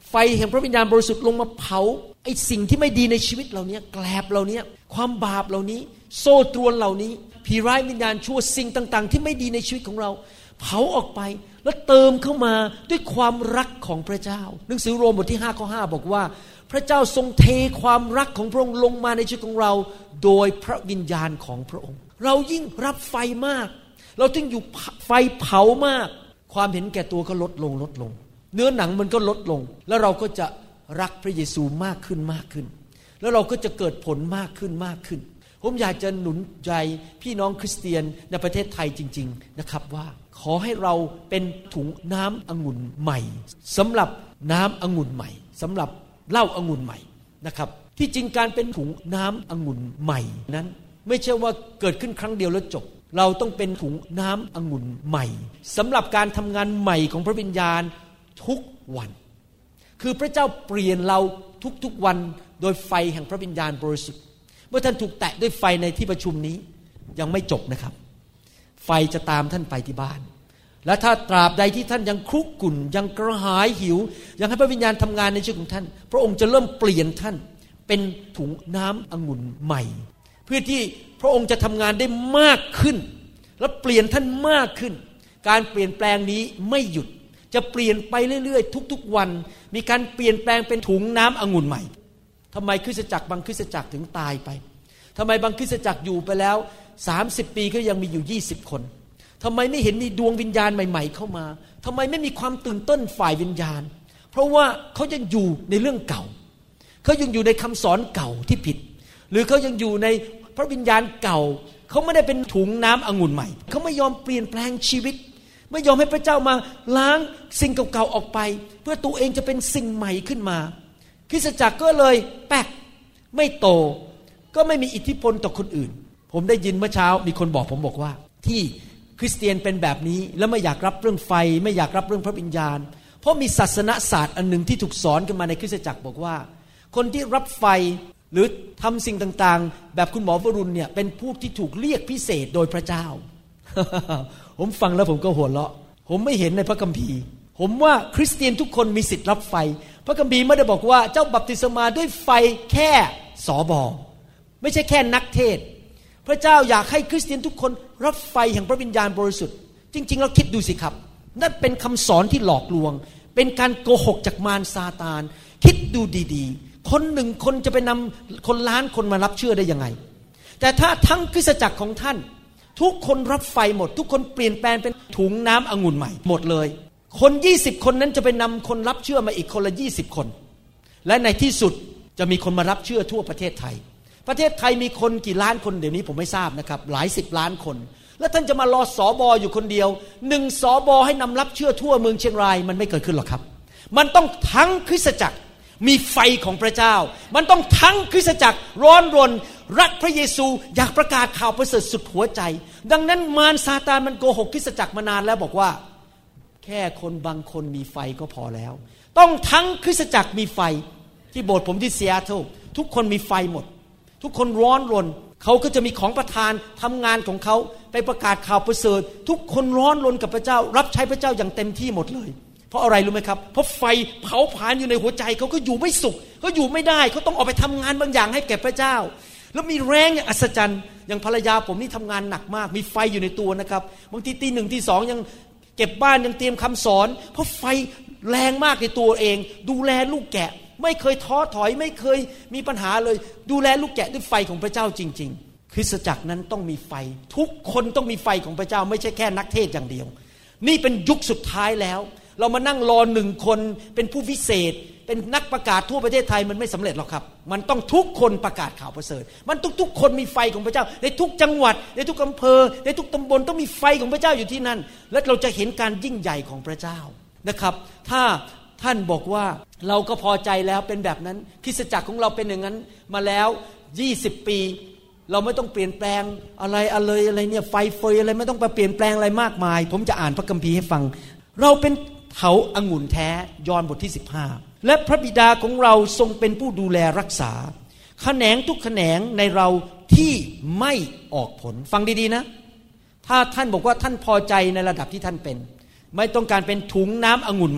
ไฟแห่งพระวิญญาณบริสุทธิ์ลงมาเผาไอ้สิ่งที่ไม่ดีในชีวิตเราเนี้ยแกลบเราเนี้ยความบาปเหล่านี้โซ่ตรวนเหล่านี้ผีร้ายวิญญาณชั่วสิ่งต่างๆที่ไม่ดีในชีวิตของเราเผาออกไปแล้วเติมเข้ามาด้วยความรักของพระเจ้าหนังสือโรมบทที่ห้าข้อห้าบอกว่าพระเจ้าทรงเทความรักของพระองค์ลงมาในชีวิตของเราโดยพระวิญญาณของพระองค์เรายิ่งรับไฟมากเราจึงอยู่ไฟเผามากความเห็นแก่ตัวก็ลดลงลดลงเนื้อหนังมันก็ลดลงแล้วเราก็จะรักพระเยซูมากขึ้นมากขึ้นแล้วเราก็จะเกิดผลมากขึ้นมากขึ้นผมอยากจะหนุนใจพี่น้องคริสเตียนในประเทศไทยจริงๆนะครับว่าขอให้เราเป็นถุงน้ำองุ่นใหม่สำหรับน้ำองุ่นใหม่สำหรับเหล้าองุ่นใหม่นะครับที่จริงการเป็นถุงน้ำองุ่นใหม่นั้นไม่ใช่ว่าเกิดขึ้นครั้งเดียวแล้วจบเราต้องเป็นถุงน้ำองุ่นใหม่สำหรับการทำงานใหม่ของพระวิญญาณทุกวันคือพระเจ้าเปลี่ยนเราทุกๆวันโดยไฟแห่งพระวิญญาณบริสุทธิ์เมื่อท่านถูกแตะด้วยไฟในที่ประชุมนี้ยังไม่จบนะครับไฟจะตามท่านไปที่บ้านและถ้าตราบใดที่ท่านยังคลุกกลุ่นยังกระหายหิวยังให้พระวิญญาณทำงานในชีวิตของท่านพระองค์จะเริ่มเปลี่ยนท่านเป็นถุงน้ำองุ่นใหม่เพื่อที่พระองค์จะทำงานได้มากขึ้นและเปลี่ยนท่านมากขึ้นการเปลี่ยนแปลงนี้ไม่หยุดจะเปลี่ยนไปเรื่อยๆทุกๆวันมีการเปลี่ยนแปลงเป็นถุงน้ำองุ่นใหม่ทำไมคริสตจักรบางคริสตจักรถึงตายไปทำไมบางคริสตจักรอยู่ไปแล้วสามสิบปีก็ยังมีอยู่ยี่สิบคนทำไมไม่เห็นมีดวงวิญญาณใหม่ๆเข้ามาทำไมไม่มีความตื่นเต้นฝ่ายวิญญาณเพราะว่าเขายังอยู่ในเรื่องเก่าเขายังอยู่ในคำสอนเก่าที่ผิดหรือเขายังอยู่ในพระวิญญาณเก่าเขาไม่ได้เป็นถุงน้ำองุ่นใหม่เขาไม่ยอมเปลี่ยนแปลงชีวิตไม่ยอมให้พระเจ้ามาล้างสิ่งเก่าๆออกไปเพื่อตัวเองจะเป็นสิ่งใหม่ขึ้นมาคริสตจักรก็เลยแป๊กไม่โตก็ไม่มีอิทธิพลต่อคนอื่นผมได้ยินเมื่อเช้ามีคนบอกผมบอกว่าที่คริสเตียนเป็นแบบนี้แล้วไม่อยากรับเรื่องไฟไม่อยากรับเรื่องพระวิญญาณเพราะมีศาสนศาสตร์อันหนึ่งที่ถูกสอนกันมาในคริสตจักรบอกว่าคนที่รับไฟหรือทำสิ่งต่างๆแบบคุณหมอวรุณเนี่ยเป็นผู้ที่ถูกเรียกพิเศษโดยพระเจ้า ผมฟังแล้วผมก็หัวเราะผมไม่เห็นในพระคัมภีร์ผมว่าคริสเตียนทุกคนมีสิทธิ์รับไฟพระคัมภีร์ไม่ได้บอกว่าเจ้าบัพติศมาด้วยไฟแค่สบไม่ใช่แค่นักเทศพระเจ้าอยากให้คริสเตียนทุกคนรับไฟแห่งพระวิญญาณบริสุทธิ์จริงๆเราคิดดูสิครับนั่นเป็นคำสอนที่หลอกลวงเป็นการโกหกจากมารซาตานคิดดูดีๆคนหนึ่งคนจะไปนำคนล้านคนมารับเชื่อได้ยังไงแต่ถ้าทั้งคริสตจักรของท่านทุกคนรับไฟหมดทุกคนเปลี่ยนแปลงเป็นถุงน้ำองุ่นใหม่หมดเลยคนยี่สิบคนนั้นจะไปนำคนรับเชื่อมาอีกคนละยี่สิบคนและในที่สุดจะมีคนมารับเชื่อทั่วประเทศไทยประเทศไทยมีคนกี่ล้านคนเดี๋ยวนี้ผมไม่ทราบนะครับหลายสิบล้านคนแล้วท่านจะมารอสบอยู่คนเดียวหนึ่งสบให้นำรับเชื่อทั่วเมืองเชียงรายมันไม่เกิดขึ้นหรอกครับมันต้องทั้งคริสตจักรมีไฟของพระเจ้ามันต้องทั้งคริสตจักรร้อนรนรักพระเยซูอยากประกาศข่าวประเสริฐสุดหัวใจดังนั้นมารซาตานมันโกหกคริสตจักรมานานแล้วบอกว่าแค่คนบางคนมีไฟก็พอแล้วต้องทั้งคริสตจักรมีไฟที่โบสถ์ผมที่ซีแอตเทิลทุกคนมีไฟหมดทุกคนร้อนรนเขาก็จะมีของประทานทำงานของเขาไปประกาศข่าวประเสริฐทุกคนร้อนรนกับพระเจ้ารับใช้พระเจ้าอย่างเต็มที่หมดเลยเพราะอะไรรู้ไหมครับเพราะไฟเผาผลาญอยู่ในหัวใจเขาก็อยู่ไม่สุขเขาอยู่ไม่ได้เขาต้องออกไปทำงานบางอย่างให้แก่พระเจ้าแล้วมีแรงอย่างอัศจรรย์อย่างภรรยาผมนี่ทำงานหนักมากมีไฟอยู่ในตัวนะครับบางทีตีหนึ่งตีสองยังเก็บบ้านยังเตรียมคำสอนเพราะไฟแรงมากในตัวเองดูแลลูกแกะไม่เคยท้อถอยไม่เคยมีปัญหาเลยดูแลลูกแกะด้วยไฟของพระเจ้าจริงๆคริสตจักรนั้นต้องมีไฟทุกคนต้องมีไฟของพระเจ้าไม่ใช่แค่นักเทศอย่างเดียวนี่เป็นยุคสุดท้ายแล้วเรามานั่งรอหนึ่งคนเป็นผู้พิเศษเป็นนักประกาศทั่วประเทศไทยมันไม่สำเร็จหรอกครับมันต้องทุกคนประกาศข่าวประเสริฐมันทุกๆคนมีไฟของพระเจ้าในทุกจังหวัดในทุกอำเภอในทุกตำบลต้องมีไฟของพระเจ้าอยู่ที่นั่นและเราจะเห็นการยิ่งใหญ่ของพระเจ้านะครับถ้าท่านบอกว่าเราก็พอใจแล้วเป็นแบบนั้นคริสตจักรของเราเป็นอย่างนั้นมาแล้วยี่สิบปีเราไม่ต้องเปลี่ยนแปลงอะไรอะไรอะไรเนี่ยไฟเฟยอะไรไม่ต้องไปเปลี่ยนแปลงอะไรมากมายผมจะอ่านพระคัมภีร์ให้ฟังเราเป็นเถาองุ่นแท้ยอห์นบทที่สิบห้าและพระบิดาของเราทรงเป็นผู้ดูแลรักษาแขนงทุกแขนงในเราที่ไม่ออกผลฟังดีๆนะถ้าท่านบอกว่าท่านพอใจในระดับที่ท่านเป็นไม่ต้องการเป็นถุงน้ำองุ่นใหม่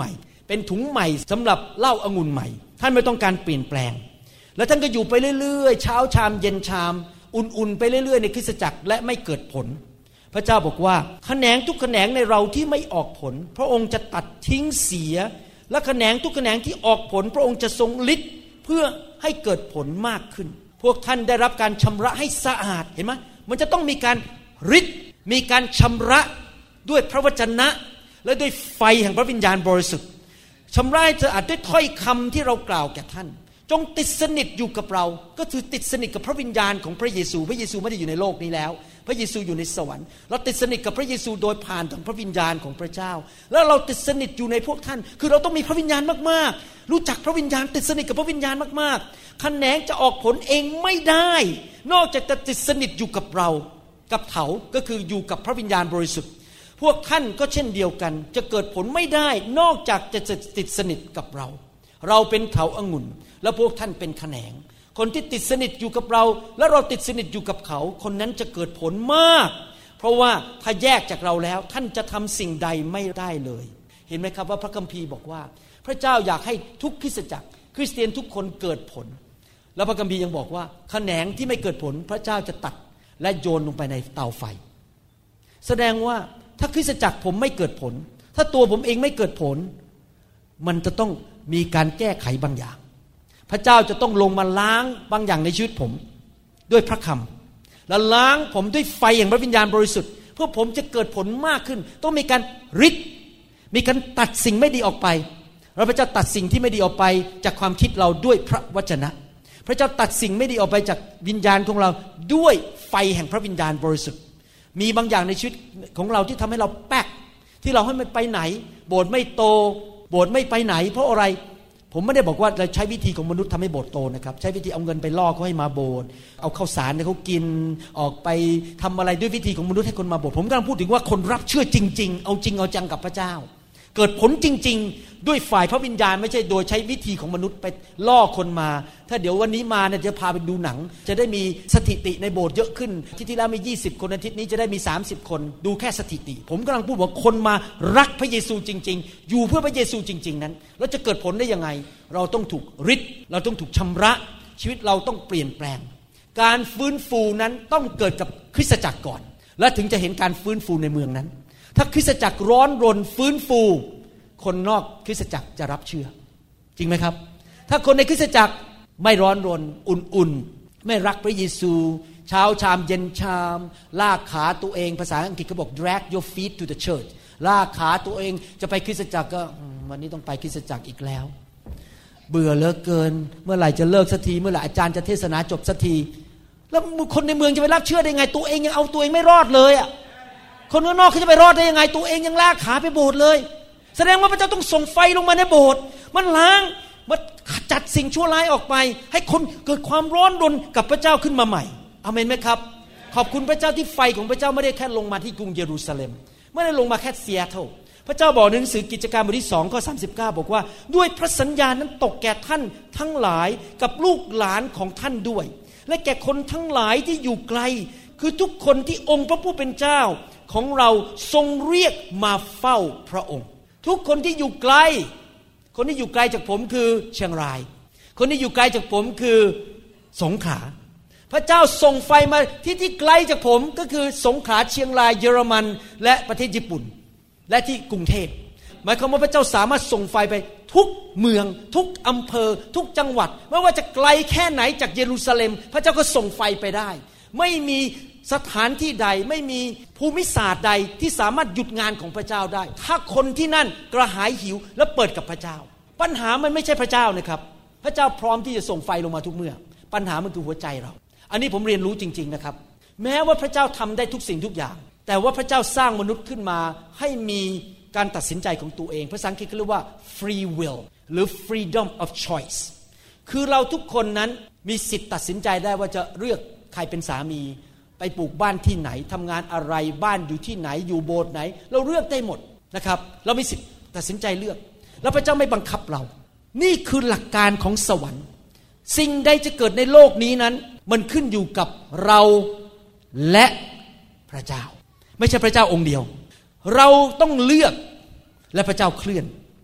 เป็นถุงใหม่สำหรับเหล้าองุ่นใหม่ท่านไม่ต้องการเปลี่ยนแปลงแล้วท่านก็อยู่ไปเรื่อยๆเช้าชามเย็นชามอุ่นๆไปเรื่อยๆในคริสตจักรและไม่เกิดผลพระเจ้าบอกว่าแขนงทุกแขนงในเราที่ไม่ออกผลพระองค์จะตัดทิ้งเสียและแขนงทุกแขนงที่ออกผลพระองค์จะทรงฤทธิ์เพื่อให้เกิดผลมากขึ้นพวกท่านได้รับการชำระให้สะอาดเห็นไหมมันจะต้องมีการฤทธิ์มีการชำระด้วยพระวจนะและด้วยไฟแห่งพระวิญญาณบริสุทธิ์ชำระให้สะอาดด้วยถ้อยคำที่เรากล่าวแก่ท่านจงติดสนิทอยู่กับเราก็คือติดสนิทกับพระวิญญาณของพระเยซูพระเยซูไม่ได้อยู่ในโลกนี้แล้วพระเยซูอยู่ในสวรรค์เราติดสนิทกับพระเยซูโดยผ่านทางพระวิญญาณของพระเจ้าแล้วเราติดสนิทอยู่ในพวกท่านคือเราต้องมีพระวิญญาณมากๆรู้จักพระวิญญาณติดสนิทกับพระวิญญาณมากๆแขนงจะออกผลเองไม่ได้นอกจากจะติดสนิทอยู่กับเรากับเถาก็คืออยู่กับพระวิญญาณบริสุทธิ์พวกท่านก็เช่นเดียวกันจะเกิดผลไม่ได้นอกจากจะติดสนิทกับเราเราเป็นเถาองุ่นแล้วพวกท่านเป็นแขนงคนที่ติดสนิทอยู่กับเราและเราติดสนิทอยู่กับเขาคนนั้นจะเกิดผลมากเพราะว่าถ้าแยกจากเราแล้วท่านจะทำสิ่งใดไม่ได้เลยเห็นไหมครับว่าพระคัมภีร์บอกว่าพระเจ้าอยากให้ทุกคริสตจักรคริสเตียนทุกคนเกิดผลแล้วพระคัมภีร์ยังบอกว่าแขนงที่ไม่เกิดผลพระเจ้าจะตัดและโยนลงไปในเตาไฟแสดงว่าถ้าคริสตจักรผมไม่เกิดผลถ้าตัวผมเองไม่เกิดผลมันจะต้องมีการแก้ไขบางอย่างพระเจ้าจะต้องลงมาล้างบางอย่างในชีวิตผมด้วยพระคำและล้างผมด้วยไฟแห่งพระวิญญาณบริสุทธิ์เพื่อผมจะเกิดผลมากขึ้นต้องมีการฤทธิ์มีการตัดสิ่งไม่ดีออกไปแล้วพระเจ้าตัดสิ่งที่ไม่ดีออกไปจากความคิดเราด้วยพระวจนะพระเจ้าตัดสิ่งไม่ดีออกไปจากวิญญาณของเราด้วยไฟแห่งพระวิญญาณบริสุทธิ์มีบางอย่างในชีวิตของเราที่ทำให้เราแป๊กที่เราให้มันไปไหนโบสถ์ไม่โตโบสถ์ไม่ไปไหนเพราะอะไรผมไม่ได้บอกว่าเราใช้วิธีของมนุษย์ทำให้โบสถ์โตนะครับใช้วิธีเอาเงินไปล่อเขาให้มาโบสถ์เอาข้าวสารให้เขากินออกไปทำอะไรด้วยวิธีของมนุษย์ให้คนมาโบสถ์ผมกำลังพูดถึงว่าคนรับเชื่อจริงๆเอาจริงเอาจังกับพระเจ้าเกิดผลจริงๆด้วยฝ่ายพระวิญญาณไม่ใช่โดยใช้วิธีของมนุษย์ไปล่อคนมาถ้าเดี๋ยววันนี้มาเนี่ยจะพาไปดูหนังจะได้มีสถิติในโบสถ์เยอะขึ้นที่ที่แล้วมียี่สิบคนอาทิตย์นี้จะได้มีสามสิบคนดูแค่สถิติผมกำลังพูดว่าคนมารักพระเยซูจริงๆอยู่เพื่อพระเยซูจริงๆนั้นแล้วจะเกิดผลได้ยังไงเราต้องถูกฤทธิ์เราต้องถูกชำระชีวิตเราต้องเปลี่ยนแปลงการฟื้นฟูนั้นต้องเกิดกับคริสตจักรก่อนและถึงจะเห็นการฟื้นฟูในเมืองนั้นถ้าคริสตจักรร้อนรนฟื้นฟูคนนอกคริสตจักรจะรับเชื่อจริงไหมครับถ้าคนในคริสตจักรไม่ร้อนรนอุ่นๆไม่รักพระเยซูเช้าชามเย็นชามลากขาตัวเองภาษาอังกฤษเขาบอก drag your feet to the church ลากขาตัวเองจะไปคริสตจักรก็วันนี้ต้องไปคริสตจักรอีกแล้วเบื่อเหลือเกินเมื่อไหร่จะเลิกสักทีเมื่อไหร่อาจารย์จะเทศนาจบสักทีแล้วคนในเมืองจะไปรับเชื่อได้ไงตัวเองยังเอาตัวเองไม่รอดเลยอ่ะคนข้างนอกเขาจะไปรอดได้ยังไงตัวเองยังลากขาไปโบสถ์เลยแสดงว่าพระเจ้าต้องส่งไฟลงมาในโบสถ์มันล้างมันขจัดสิ่งชั่วร้ายออกไปให้คนเกิดความร้อนรนกับพระเจ้าขึ้นมาใหม่อาเมนไหมครับขอบคุณพระเจ้าที่ไฟของพระเจ้าไม่ได้แค่ลงมาที่กรุงเยรูซาเล็มไม่ได้ลงมาแค่ซีแอตเทิลพระเจ้าบอกในหนังสือกิจการบทที่สองข้อสามสิบเก้าบอกว่าด้วยพระสัญญานั้นตกแก่ท่านทั้งหลายกับลูกหลานของท่านด้วยและแก่คนทั้งหลายที่อยู่ไกลคือทุกคนที่องค์พระผู้เป็นเจ้าของเราทรงเรียกมาเฝ้าพระองค์ทุกคนที่อยู่ไกลคนที่อยู่ไกลจากผมคือเชียงรายคนที่อยู่ไกลจากผมคือสงขลาพระเจ้าส่งไฟมาที่ที่ไกลจากผมก็คือสงขลาเชียงรายเยอรมันและประเทศญี่ปุ่นและที่กรุงเทพหมายความว่าพระเจ้าสามารถส่งไฟไปทุกเมืองทุกอำเภอทุกจังหวัดไม่ว่าจะไกลแค่ไหนจากเยรูซาเล็มพระเจ้าก็ส่งไฟไปได้ไม่มีสถานที่ใดไม่มีภูมิศาสตร์ใดที่สามารถหยุดงานของพระเจ้าได้ถ้าคนที่นั่นกระหายหิวและเปิดกับพระเจ้าปัญหามันไม่ใช่พระเจ้านะครับพระเจ้าพร้อมที่จะส่งไฟลงมาทุกเมื่อปัญหามันคือหัวใจเราอันนี้ผมเรียนรู้จริงๆนะครับแม้ว่าพระเจ้าทำได้ทุกสิ่งทุกอย่างแต่ว่าพระเจ้าสร้างมนุษย์ขึ้นมาให้มีการตัดสินใจของตัวเองภาษาอังกฤษเรียกว่า free will หรือ freedom of choice คือเราทุกคนนั้นมีสิทธิ์ตัดสินใจได้ว่าจะเลือกใครเป็นสามีไปปลูกบ้านที่ไหนทำงานอะไรบ้านอยู่ที่ไหนอยู่โบสถ์ไหนเราเลือกได้หมดนะครับเรามีสิทธิ์ตัดสินใจเลือกแล้วพระเจ้าไม่บังคับเรานี่คือหลักการของสวรรค์สิ่งใดจะเกิดในโลกนี้นั้นมันขึ้นอยู่กับเราและพระเจ้าไม่ใช่พระเจ้าองค์เดียวเราต้องเลือกและพระเจ้าเคลื่อน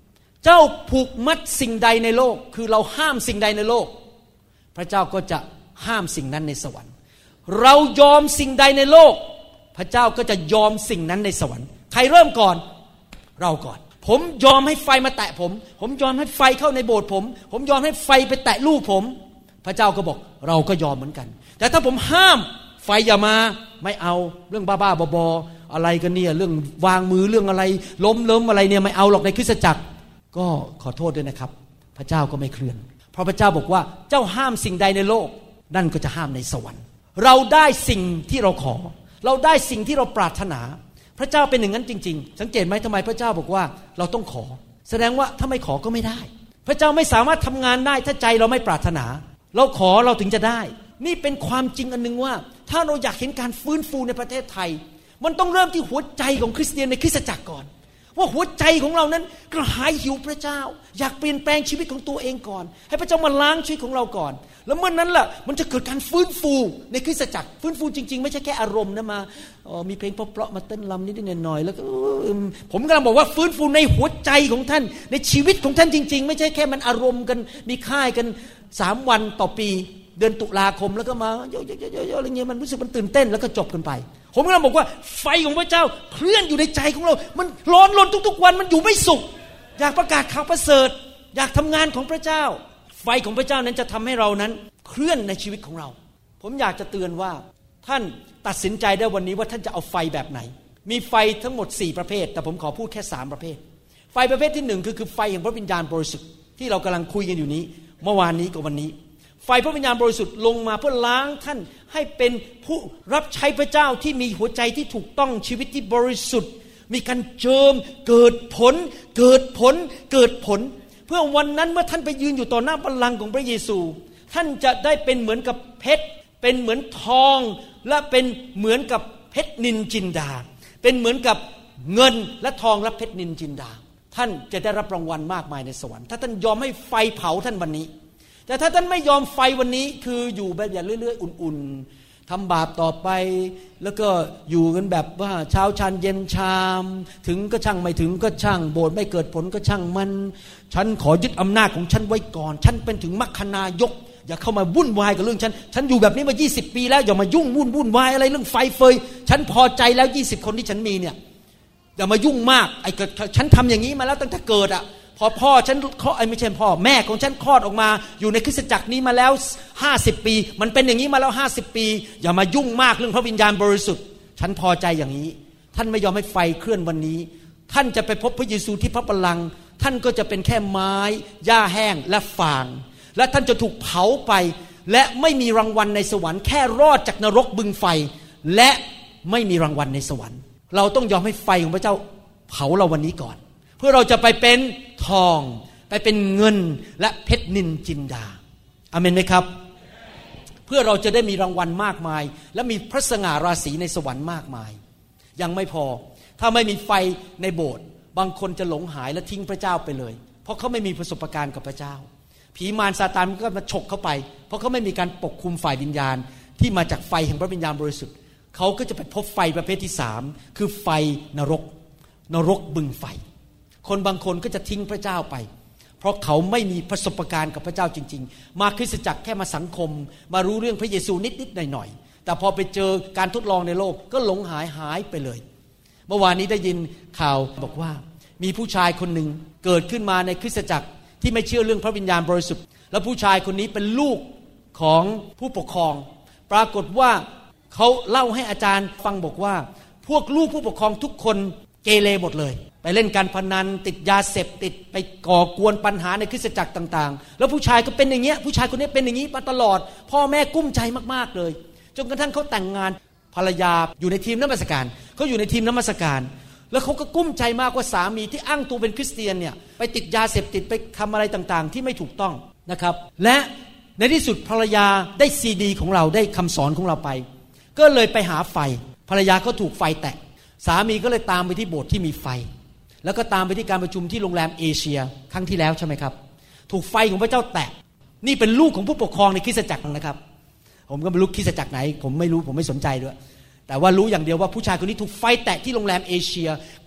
เจ้าผูกมัดสิ่งใดในโลกคือเราห้ามสิ่งใดในโลกพระเจ้าก็จะห้ามสิ่งนั้นในสวรรค์เรายอมสิ่งใดในโลกพระเจ้าก็จะยอมสิ่งนั้นในสวรรค์ใครเริ่มก่อนเราก่อนผมยอมให้ไฟมาแตะผมผมยอมให้ไฟเข้าในโบสถ์ผมผมยอมให้ไฟไปแตะลูกผมพระเจ้าก็บอกเราก็ยอมเหมือนกันแต่ถ้าผมห้ามไฟอย่ามาไม่เอาเรื่องบ้าๆบอๆอะไรกันเนี่ยเรื่องวางมือเรื่องอะไรล้มล้มอะไรเนี่ยไม่เอาหรอกในคริสตจักรก็ขอโทษด้วยนะครับพระเจ้าก็ไม่เคลื่อนเพราะพระเจ้าบอกว่าเจ้าห้ามสิ่งใดในโลกนั่นก็จะห้ามในสวรรค์เราได้สิ่งที่เราขอเราได้สิ่งที่เราปรารถนาพระเจ้าเป็นอย่างนั้นจริงๆสังเกตไหมทำไมพระเจ้าบอกว่าเราต้องขอแสดงว่าถ้าไม่ขอก็ไม่ได้พระเจ้าไม่สามารถทำงานได้ถ้าใจเราไม่ปรารถนาเราขอเราถึงจะได้นี่เป็นความจริงอันนึงว่าถ้าเราอยากเห็นการฟื้นฟูในประเทศไทยมันต้องเริ่มที่หัวใจของคริสเตียนในคริสตจักรก่อนว่าหัวใจของเรานั้นกระหายหิวพระเจ้าอยากเปลี่ยนแปลงชีวิตของตัวเองก่อนให้พระเจ้ามาล้างชีวิตของเราก่อนแล้วเมื่อนั้นล่ะมันจะเกิดการฟื้นฟูในคริสตจักรฟื้นฟูจริงๆไม่ใช่แค่อารมณ์นะมาอ๋อมีเพลงเพราะๆมาเต้นรำนิดๆหน่อยๆแล้วก็ผมกำลังบอกว่าฟื้นฟูในหัวใจของท่านในชีวิตของท่านจริงๆไม่ใช่แค่มันอารมณ์กันมีค่ายกันสามวันต่อปีเดือนตุลาคมแล้วก็มาโยๆๆๆอะไรเงี้ยมันรู้สึกมันตื่นเต้นแล้วก็จบกันไปผมกำลังบอกว่าไฟของพระเจ้าเคลื่อนอยู่ในใจของเรามันร้อนรนทุกๆวันมันอยู่ไม่สุขอยากประกาศข่าวประเสริฐอยากทำงานของพระเจ้าไฟของพระเจ้านั้นจะทำให้เรานั้นเคลื่อนในชีวิตของเราผมอยากจะเตือนว่าท่านตัดสินใจได้วันนี้ว่าท่านจะเอาไฟแบบไหนมีไฟทั้งหมดสี่ประเภทแต่ผมขอพูดแค่สามประเภทไฟประเภทที่หนึ่งคือคือไฟแห่งพระวิญญาณบริสุทธิ์ที่เรากำลังคุยกันอยู่นี้เมื่อวานนี้กับวันนี้ไฟพระวิญญาณบริสุทธิ์ลงมาเพื่อล้างท่านให้เป็นผู้รับใช้พระเจ้าที่มีหัวใจที่ถูกต้องชีวิตที่บริสุทธิ์มีการเจิมเกิดผลเกิดผลเกิดผลเพื่อวันนั้นเมื่อท่านไปยืนอยู่ต่อหน้าบัลลังก์ของพระเยซูท่านจะได้เป็นเหมือนกับเพชรเป็นเหมือนทองและเป็นเหมือนกับเพชรนินจินดาเป็นเหมือนกับเงินและทองและเพชรนินจินดาท่านจะได้รับรางวัลมากมายในสวรรค์ถ้าท่านยอมให้ไฟเผาท่านวันนี้แต่ถ้าท่านไม่ยอมไฟวันนี้คืออยู่แบบอย่างเรื่อยๆอุ่นๆทำบาปต่อไปแล้วก็อยู่กันแบบว่าเช้าชานเย็นชามถึงก็ช่างไม่ถึงก็ช่างโบสถ์ไม่เกิดผลก็ช่างมันฉันขอยึดอำนาจของฉันไว้ก่อนฉันเป็นถึงมัคคณายกอย่าเข้ามาวุ่นวายกับเรื่องฉันฉันอยู่แบบนี้มายี่สิบปีแล้วอย่ามายุ่งวุ่นวุ่นวายอะไรเรื่องไฟเฟยฉันพอใจแล้วยี่สิบคนที่ฉันมีเนี่ยอย่ามายุ่งมากไอ้ฉันทำอย่างนี้มาแล้วตั้งแต่เกิดอ่ะพอพ่อฉันเขาไอ้ไม่ใช่พ่อแม่ของฉันคลอดออกมาอยู่ในคริสตจักรนี้มาแล้วห้าสิบปีมันเป็นอย่างนี้มาแล้วห้าสิบปีอย่ามายุ่งมากเรื่องพระวิญญาณบริสุทธิ์ฉันพอใจอย่างนี้ท่านไม่ยอมให้ไฟเคลื่อนวันนี้ท่านจะไปพบพระเยซูที่พระบัลลังก์ท่านก็จะเป็นแค่ไม้หญ้าแห้งและฟางและท่านจะถูกเผาไปและไม่มีรางวัลในสวรรค์แค่รอดจากนรกบึงไฟและไม่มีรางวัลในสวรรค์เราต้องยอมให้ไฟของพระเจ้าเผาเราวันนี้ก่อนเพื่อเราจะไปเป็นทองไปเป็นเงินและเพชรนินจินดาอาเมนไหมครับเพื่อเราจะได้มีรางวัลมากมายและมีพระสง่าราศีในสวรรค์มากมายยังไม่พอถ้าไม่มีไฟในโบสถ์บางคนจะหลงหายและทิ้งพระเจ้าไปเลยเพราะเขาไม่มีประสบการณ์กับพระเจ้าผีมารซาตานก็มาฉกเข้าไปเพราะเขาไม่มีการปกคุมฝ่ายวิญญาณที่มาจากไฟแห่งพระวิญญาณบริสุทธิ์เขาก็จะไปพบไฟประเภทที่สามคือไฟนรกนรกบึงไฟคนบางคนก็จะทิ้งพระเจ้าไปเพราะเขาไม่มีประสบการณ์กับพระเจ้าจริงๆมาคริสตจักรแค่มาสังคมมารู้เรื่องพระเยซูนิดๆหน่อยๆแต่พอไปเจอการทดลองในโลกก็หลงหายหายไปเลยเมื่อวานนี้ได้ยินข่าวบอกว่ามีผู้ชายคนหนึ่งเกิดขึ้นมาในคริสตจักรที่ไม่เชื่อเรื่องพระวิญญาณบริสุทธิ์แล้วผู้ชายคนนี้เป็นลูกของผู้ปกครองปรากฏว่าเขาเล่าให้อาจารย์ฟังบอกว่าพวกลูกผู้ปกครองทุกคนเกเรหมดเลยไปเล่นการพนันติดยาเสพติดไปก่อกวนปัญหาในคริสตจักรต่างๆแล้วผู้ชายก็เป็นอย่างเงี้ยผู้ชายคนนี้เป็นอย่างนี้มาตลอดพ่อแม่กุ้มใจมากๆเลยจนกระทั่งเขาแต่งงานภรรยาอยู่ในทีมนมัสการเขาอยู่ในทีมนมัสการแล้วเขาก็กุ้มใจมากว่าสามีที่อ้างตัวเป็นคริสเตียนเนี่ยไปติดยาเสพติดไปทำอะไรต่างๆที่ไม่ถูกต้องนะครับและในที่สุดภรรยาได้ซีดีของเราได้คำสอนของเราไปก็เลยไปหาไฟภรรยาก็ถูกไฟแตะสามีก็เลยตามไปที่โบสถ์ที่มีไฟแล้วก็ตามไปที่การประชุมที่โรงแรมเอเชียครั้งที่แล้วใช่ไหมครับถูกไฟของพระเจ้าแตะนี่เป็นลูกของผู้ปกครองในคริสตจักรนะครับผมก็ไม่รู้คริสตจักรไหนผมไม่รู้ผมไม่สนใจด้วยแต่ว่ารู้อย่างเดียวว่าผู้ชายคนนี้ถูกไฟแตะที่โรงแรมเอเชีย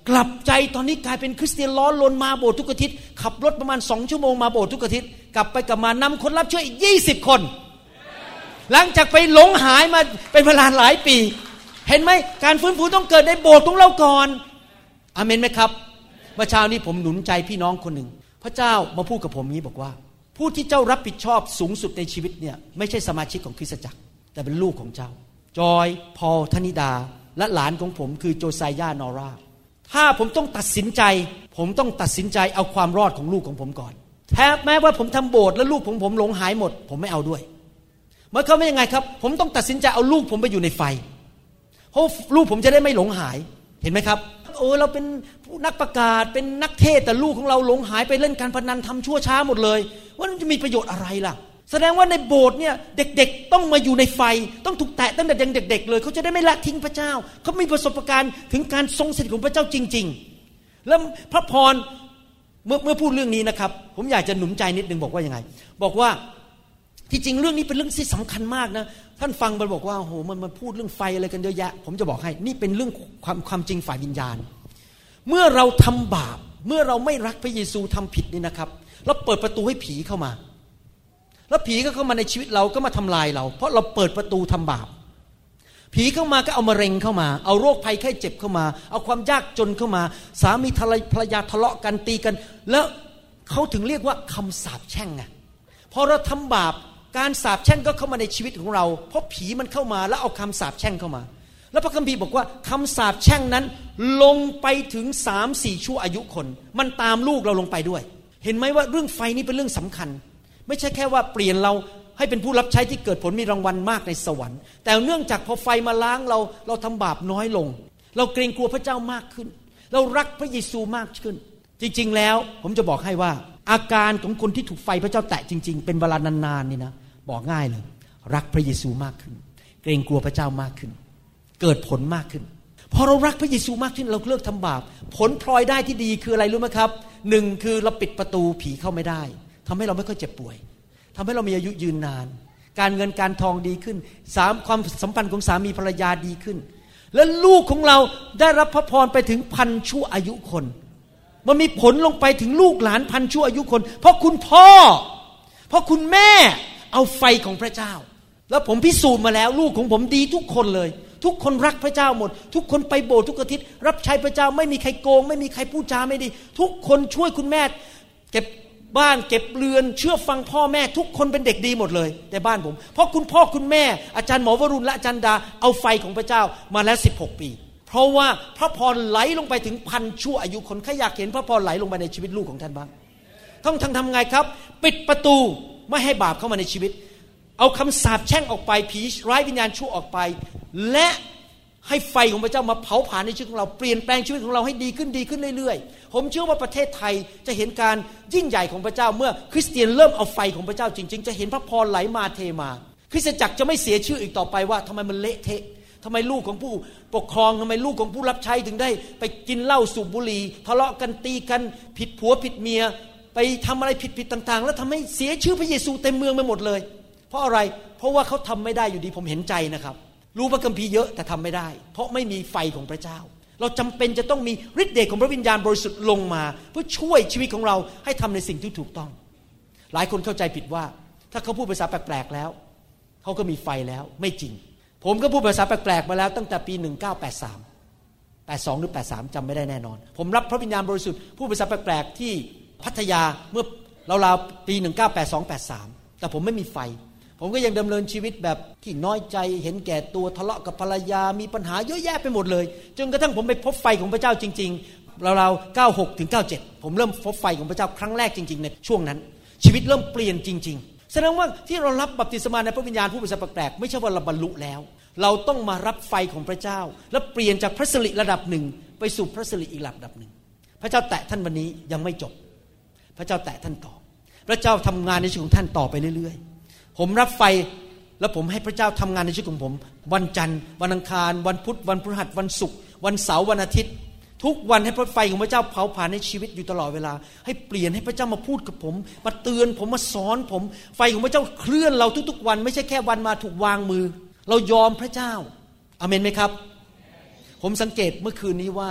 กลับใจตอนนี้กลายเป็นคริสเตียนล้อลนมาโบสถ์ทุกอาทิตย์ขับรถประมาณสองชั่วโมงมาโบสถ์ทุกอาทิตย์กลับไปกลับมานำคนรับเชื่ออีกยี่สิบคนหลังจากไปหลงหายมาเป็นเวลาหลายปีเห็นไหมการฟื้นฟูต้องเกิดในโบสถ์ของเราก่อนอาเมนไหมครับเมื่อเช้านี้ผมหนุนใจพี่น้องคนหนึ่งพระเจ้ามาพูดกับผมนี้บอกว่าผู้ที่เจ้ารับผิดชอบสูงสุดในชีวิตเนี่ยไม่ใช่สมาชิกของคริสตจักรแต่เป็นลูกของเจ้าจอยพอลธนิดาและหลานของผมคือโจไซยานอราถ้าผมต้องตัดสินใจผมต้องตัดสินใจเอาความรอดของลูกของผมก่อนแท้แม้ว่าผมทำโบสถ์แล้วลูกของผมหลงหายหมดผมไม่เอาด้วยเมื่อเขาไม่ยังไงครับผมต้องตัดสินใจเอาลูกผมไปอยู่ในไฟเพราะลูกผมจะได้ไม่หลงหายเห็นไหมครับโอ้เราเป็นนักประกาศเป็นนักเทศแต่ลูกของเราหลงหายไปเล่นการพนันทำชั่วช้าหมดเลยว่ามันจะมีประโยชน์อะไรล่ะแสดงว่าในโบสถ์เนี่ยเด็กๆต้องมาอยู่ในไฟต้องถูกแตะตั้งแต่ยังเด็กๆเลยเขาจะได้ไม่ละทิ้งพระเจ้าเขามีประสบการณ์ถึงการทรงสถิตของพระเจ้าจริงๆแล้วพระพรเมื่อเมื่อพูดเรื่องนี้นะครับผมอยากจะหนุนใจนิดนึงบอกว่ายังไงบอกว่าที่จริงเรื่องนี้เป็นเรื่องที่สำคัญมากนะท่านฟังมันบอกว่าโอ้โหมันมาพูดเรื่องไฟอะไรกันเยอะแยะผมจะบอกให้นี่เป็นเรื่องความความจริงฝ่ายวิญญาณเมื่อเราทำบาปเมื่อเราไม่รักพระเยซูทำผิดนี่นะครับเราเปิดประตูให้ผีเข้ามาแล้วผีก็เข้ามาในชีวิตเราก็มาทำลายเราเพราะเราเปิดประตูทำบาปผีเข้ามาก็เอามะเร็งเข้ามาเอาโรคภัยไข้เจ็บเข้ามาเอาความยากจนเข้ามาสามีภรรยาทะเลาะกันตีกันแล้วเขาถึงเรียกว่าคำสาปแช่งไงพอเราทำบาปการสาปแช่งก็เข้ามาในชีวิตของเราเพราะผีมันเข้ามาแล้วเอาคำสาปแช่งเข้ามาแล้วพระคัมภีร์บอกว่าคำสาปแช่งนั้นลงไปถึง สามสี่ ชั่วอายุคนมันตามลูกเราลงไปด้วยเห็นไหมว่าเรื่องไฟนี่เป็นเรื่องสำคัญไม่ใช่แค่ว่าเปลี่ยนเราให้เป็นผู้รับใช้ที่เกิดผลมีรางวัลมากในสวรรค์แต่เนื่องจากพอไฟมาล้างเราเราทำบาปน้อยลงเราเกรงกลัวพระเจ้ามากขึ้นเรารักพระเยซูมากขึ้นจริงๆแล้วผมจะบอกให้ว่าอาการของคนที่ถูกไฟพระเจ้าแตะจริงๆเป็นเวลานานๆนี่นะบอกง่ายเลยรักพระเยซูมากขึ้นเกรงกลัวพระเจ้ามากขึ้นเกิดผลมากขึ้นพอเรารักพระเยซูมากขึ้นเราเลิกทำบาปผลพลอยได้ที่ดีคืออะไรรู้ไหมครับหนึ่งคือเราปิดประตูผีเข้าไม่ได้ทำให้เราไม่ค่อยเจ็บป่วยทำให้เรามีอายุยืนนานการเงินการทองดีขึ้นสามความสัมพันธ์ของสามีภรรยาดีขึ้นและลูกของเราได้รับพระพรไปถึงพันชั่วอายุคนมันมีผลลงไปถึงลูกหลานพันชั่วอายุคนเพราะคุณพ่อเพราะคุณแม่เอาไฟของพระเจ้าแล้วผมพิสูจน์มาแล้วลูกของผมดีทุกคนเลยทุกคนรักพระเจ้าหมดทุกคนไปโบสถ์ทุกอาทิตย์รับใช้พระเจ้าไม่มีใครโกงไม่มีใครพูดจาไม่ดีทุกคนช่วยคุณแม่เก็บบ้านเก็บเรือนเชื่อฟังพ่อแม่ทุกคนเป็นเด็กดีหมดเลยในบ้านผมเพราะคุณพ่อคุณแม่อาจารย์หมอวรุณและอาจารย์ดาเอาไฟของพระเจ้ามาแล้วสิบหกปีเพราะว่าพระพรไหลลงไปถึงพันชั่วอายุคนใครอยากเห็นพระพรไหลลงไปในชีวิตลูกของท่านบ้างต้องทำทำไงครับปิดประตูไม่ให้บาปเข้ามาในชีวิตเอาคำสาปแช่งออกไปผีร้ายวิญญาณชั่วออกไปและให้ไฟของพระเจ้ามาเผาผลาญในชีวิตของเราเปลี่ยนแปลงชีวิตของเราให้ดีขึ้นดีขึ้นเรื่อยๆผมเชื่อว่าประเทศไทยจะเห็นการยิ่งใหญ่ของพระเจ้าเมื่อคริสเตียนเริ่มเอาไฟของพระเจ้าจริงๆจะเห็นพระพรไหลมาเทมาคริสตจักรจะไม่เสียชื่ออีกต่อไปว่าทำไมมันเละเทะทำไมลูกของผู้ปกครองทำไมลูกของผู้รับใช้ถึงได้ไปกินเหล้าสูบบุหรี่ทะเลาะกันตีกันผิดผัวผิดเมียไปทำอะไรผิดๆต่างๆแล้วทำให้เสียชื่อพระเยซูเต็มเมืองไปหมดเลยเพราะอะไรเพราะว่าเขาทำไม่ได้อยู่ดีผมเห็นใจนะครับรู้พระคัมภีร์เยอะแต่ทำไม่ได้เพราะไม่มีไฟของพระเจ้าเราจำเป็นจะต้องมีฤทธิ์เดชของพระวิญญาณบริสุทธิ์ลงมาเพื่อช่วยชีวิตของเราให้ทำในสิ่งที่ถูกต้องหลายคนเข้าใจผิดว่าถ้าเขาพูดภาษาแปลกๆแล้วเขาก็มีไฟแล้วไม่จริงผมก็พูดภาษาแปลกๆมาแล้วตั้งแต่ปีหนึ่งเก้าแปดสาม แปดสองหรือแปดสามจำไม่ได้แน่นอนผมรับพระวิญญาณบริสุทธิ์พูดภาษาแปลกๆที่พัทยาเมื่อราวๆปีหนึ่งเก้าแปดสอง แปดสามแต่ผมไม่มีไฟผมก็ยังดำเนินชีวิตแบบที่น้อยใจเห็นแก่ตัวทะเลาะกับภรรยามีปัญหาเยอะแยะไปหมดเลยจนกระทั่งผมไปพบไฟของพระเจ้าจริงๆราวๆเก้าหกถึงเก้าเจ็ดผมเริ่มพบไฟของพระเจ้าครั้งแรกจริงๆในช่วงนั้นชีวิตเริ่มเปลี่ยนจริงๆแสดงว่าที่เรารับบัพติศมาในพระวิญญาณผู้ภาษาแปลกๆไม่ใช่ว่าเราบรรลุแล้วเราต้องมารับไฟของพระเจ้าและเปลี่ยนจากพระสิริระดับหนึ่งไปสู่พระสิริอีกระดับหนึ่งพระเจ้าแตะท่านวันนี้ยังไม่จบพระเจ้าแตะท่านต่อพระเจ้าทำงานในชีวิตของท่านต่อไปเรื่อยๆผมรับไฟแล้วผมให้พระเจ้าทำงานในชีวิตของผมวันจันทร์วันอังคารวันพุธวันพฤหัสวันศุกร์วันเสาร์วันอาทิตย์ทุกวันให้พระไฟของพระเจ้าเผาผลาญในชีวิตอยู่ตลอดเวลาให้เปลี่ยนให้พระเจ้ามาพูดกับผมมาเตือนผมมาสอนผมไฟของพระเจ้าเคลื่อนเราทุกๆวันไม่ใช่แค่วันมาถูกวางมือเรายอมพระเจ้าอาเมนไหมครับผมสังเกตเมื่อคืนนี้ว่า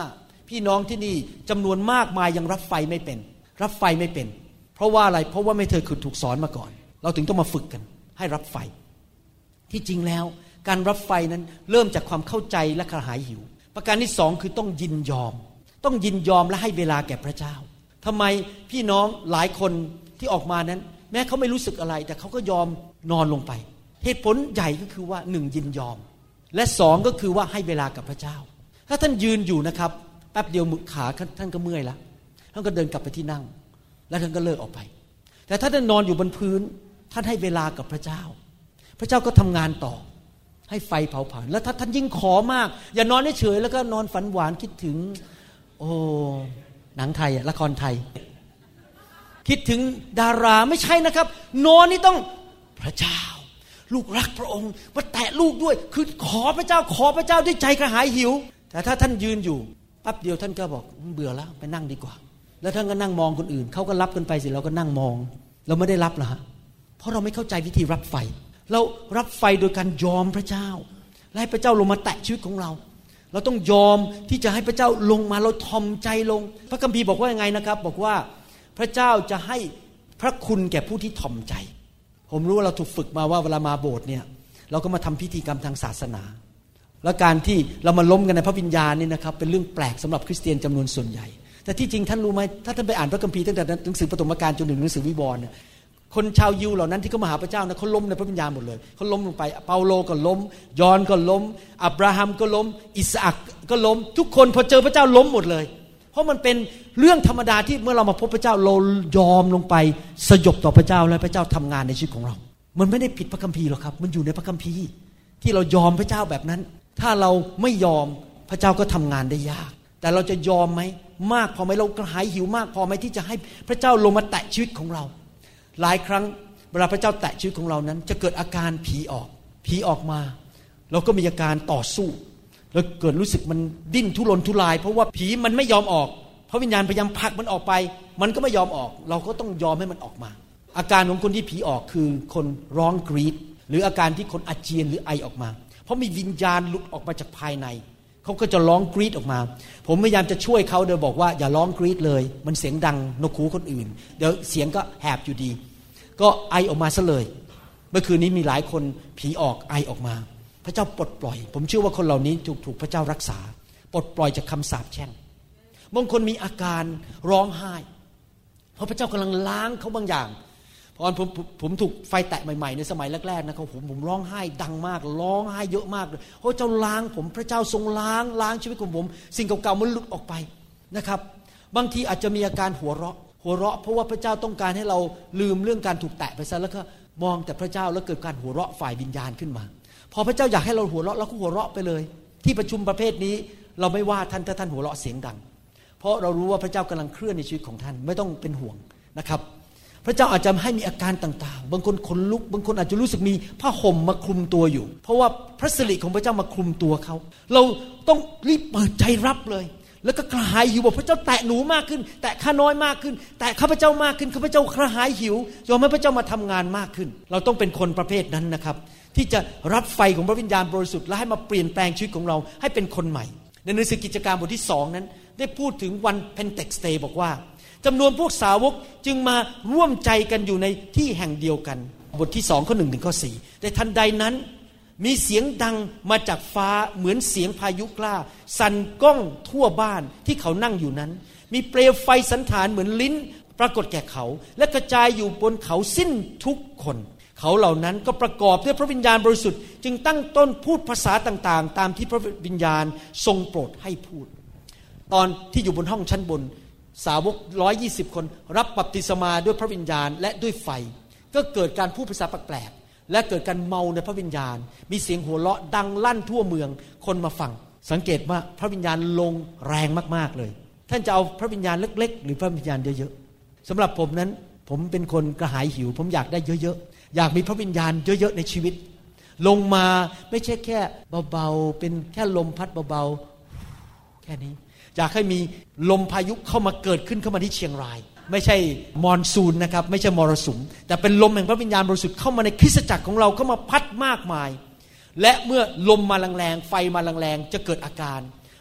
พี่น้องที่นี่จำนวนมากมายยังรับไฟไม่เป็นรับไฟไม่เป็นเพราะว่าอะไรเพราะว่าไม่เคยถูกสอนมาก่อนเราถึงต้องมาฝึกกันให้รับไฟที่จริงแล้วการรับไฟนั้นเริ่มจากความเข้าใจและกระหายหิวประการที่สองคือต้องยินยอมต้องยินยอมและให้เวลาแก่พระเจ้าทำไมพี่น้องหลายคนที่ออกมานั้นแม้เขาไม่รู้สึกอะไรแต่เขาก็ยอมนอนลงไปเหตุผลใหญ่ก็คือว่าหนึ่งยินยอมและสองก็คือว่าให้เวลากับพระเจ้าถ้าท่านยืนอยู่นะครับแป๊บเดียวมือขาท่านก็เมื่อยแล้วท่านก็เดินกลับไปที่นั่งแล้วท่านก็เลิกออกไปแต่ถ้าท่านนอนอยู่บนพื้นท่านให้เวลากับพระเจ้าพระเจ้าก็ทำงานต่อให้ไฟเผาผลาญแล้วถ้าท่านยิ่งขอมากอย่านอนเฉยๆแล้วก็นอนฝันหวานคิดถึงโอ้หนังไทยละครไทยคิดถึงดาราไม่ใช่นะครับนอนนี่ต้องพระเจ้าลูกรักพระองค์มาแตะลูกด้วยคือขอพระเจ้าขอพระเจ้าด้วยใจกระหายหิวแต่ถ้าท่านยืนอยู่แป๊บเดียวท่านก็บอกเบื่อแล้วไปนั่งดีกว่าแล้วท่านก็นั่งมองคนอื่นเขาก็รับกันไปสิเราก็นั่งมองเราไม่ได้รับหรอฮะเพราะเราไม่เข้าใจวิธีรับไฟเรารับไฟโดยการยอมพระเจ้าและให้พระเจ้าลงมาแตะชีวิตของเราเราต้องยอมที่จะให้พระเจ้าลงมาเราทอมใจลงพระคัมภีร์บอกว่ายังไงนะครับบอกว่าพระเจ้าจะให้พระคุณแก่ผู้ที่ทอมใจผมรู้ว่าเราถูกฝึกมาว่าเวลามาโบสถ์เนี่ยเราก็มาทำพิธีกรรมทางศาสนาและการที่เรามาล้มกันในพระวิญญาณนี่นะครับเป็นเรื่องแปลกสำหรับคริสเตียนจำนวนส่วนใหญ่แต่ที่จริงท่านรู้ไหมถ้าท่านไปอ่านพระคัมภีร์ตั้งแต่หนังสือปฐมกาลจนถึงหนังสือวิวรณ์คนชาวยิวเหล่านั้นที่เขามาหาพระเจ้านะเขาล้มในพระวิญญาณหมดเลยเขาล้มลงไปเปาโลก็ล้มยอห์นก็ล้มอับราฮัมก็ล้มอิสอัคก็ล้มทุกคนพอเจอพระเจ้าล้มหมดเลยเพราะมันเป็นเรื่องธรรมดาที่เมื่อเรามาพบพระเจ้าเรายอมลงไปสยบต่อพระเจ้าและพระเจ้าทำงานในชีวิตของเรามันไม่ได้ผิดพระคัมภีร์หรอกครับมันอยู่ในพระคัมภีร์ที่เรายอมพระเจ้าแบบนั้นถ้าเราไม่ยอมพระเจ้าก็ทำงานได้ยากแต่เราจะยอมไหมมากพอไหมเรากระหายหิวมากพอไหมที่จะให้พระเจ้าลงมาแตะชีวิตของเราหลายครั้งเวลาพระเจ้าแตะชีวิตของเรานั้นจะเกิดอาการผีออกผีออกมาเราก็มีอาการต่อสู้แล้วเกิดรู้สึกมันดิ้นทุรนทุรายเพราะว่าผีมันไม่ยอมออกเพราะวิญญาณพยายามผลักมันออกไปมันก็ไม่ยอมออกเราก็ต้องยอมให้มันออกมาอาการของคนที่ผีออกคือคนร้องกรีดหรืออาการที่คนอาเจียนหรือไอออกมาเพราะมีวิญญาณหลุดออกมาจากภายในเขาก็จะร้องกรีดออกมาผมพยายามจะช่วยเขาโดยบอกว่าอย่าร้องกรีดเลยมันเสียงดังนกหูคนอื่นเดี๋ยวเสียงก็แหบอยู่ดีก็ไอออกมาซะเลยเมื่อคืนนี้มีหลายคนผีออกไอออกมาพระเจ้าปลดปล่อยผมเชื่อว่าคนเหล่านี้ถูกถูกพระเจ้ารักษาปลดปล่อยจากคำสาปแช่งบางคนมีอาการร้องไห้เพราะพระเจ้ากำลังล้างเขาบางอย่างตอนผมผมถูกไฟแตะใหม่ๆในสมัยแรกๆนะครับผมผมร้องไห้ดังมากร้องไห้เยอะมากเลยพระเจ้าล้างผมพระเจ้าทรงล้างล้างชีวิตของผมสิ่งเก่าๆมันหลุดออกไปนะครับบางทีอาจจะมีอาการหัวเราะหัวเราะเพราะว่าพระเจ้าต้องการให้เราลืมเรื่องการถูกแตะไปซะแล้วก็มองแต่พระเจ้าแล้วเกิดการหัวเราะฝ่ายวิญญาณขึ้นมาพอพระเจ้าอยากให้เราหัวเราะเราก็หัวเราะไปเลยที่ประชุมประเภทนี้เราไม่ว่าท่านถ้าท่านหัวเราะเสียงดังเพราะเรารู้ว่าพระเจ้ากำลังเคลื่อนในชีวิตของท่านไม่ต้องเป็นห่วงนะครับพระเจ้าอาจจะให้มีอาการต่างๆบางคนขนลุกบางคนอาจจะรู้สึกมีผ้าห่มมาคลุมตัวอยู่เพราะว่าพระสิริของพระเจ้ามาคลุมตัวเขาเราต้องรีบเปิดใจรับเลยแล้วก็กระหายหิวบอกพระเจ้าแตะหนูมากขึ้นแตะข้าน้อยมากขึ้นแตะข้าพเจ้ามากขึ้นข้าพเจ้ากระหายหิวยอมให้พระเจ้ามาทำงานมากขึ้นเราต้องเป็นคนประเภทนั้นนะครับที่จะรับไฟของพระวิญญาณบริสุทธิ์และให้มาเปลี่ยนแปลงชีวิตของเราให้เป็นคนใหม่ในหนังสือกิจการบทที่สองนั้นได้พูดถึงวันเพนเทคสเตย์บอกว่าจำนวนพวกสาวกจึงมาร่วมใจกันอยู่ในที่แห่งเดียวกันบทที่สองข้อหนึ่งถึงข้อสี่แต่ทันใดนั้นมีเสียงดังมาจากฟ้าเหมือนเสียงพายุกล้าสั่นก้องทั่วบ้านที่เขานั่งอยู่นั้นมีเปลวไฟสันฐานเหมือนลิ้นปรากฏแก่เขาและกระจายอยู่บนเขาสิ้นทุกคนเขาเหล่านั้นก็ประกอบด้วยพระวิญญาณบริสุทธิ์จึงตั้งต้นพูดภาษาต่างๆตามที่พระวิญญาณทรงโปรดให้พูดตอนที่อยู่บนห้องชั้นบนสาวกหนึ่งร้อยยี่สิบคนรับบัพติศมาด้วยพระวิญญาณและด้วยไฟก็เกิดการพูดภาษาแปลกๆและเกิดการเมาในพระวิญญาณมีเสียงหัวเราะดังลั่นทั่วเมืองคนมาฟังสังเกตว่าพระวิญญาณลงแรงมากๆเลยท่านจะเอาพระวิญญาณเล็กๆหรือพระวิญญาณเยอะๆสำหรับผมนั้นผมเป็นคนกระหายหิวผมอยากได้เยอะๆอยากมีพระวิญญาณเยอะๆในชีวิตลงมาไม่ใช่แค่เบาๆเป็นแค่ลมพัดเบาๆแค่นี้อยากให้มีลมพายุเข้ามาเกิดขึ้นเข้ามาที่เชียงรายไม่ใช่มอนซูนนะครับไม่ใช่มรสุมแต่เป็นลมแห่งพระวิญญาณบริสุทธิ์เข้ามาในคริสตจักรของเราเข้ามาพัดมากมายและเมื่อลมมาแรงๆไฟมาแรงๆจะเกิดอาการ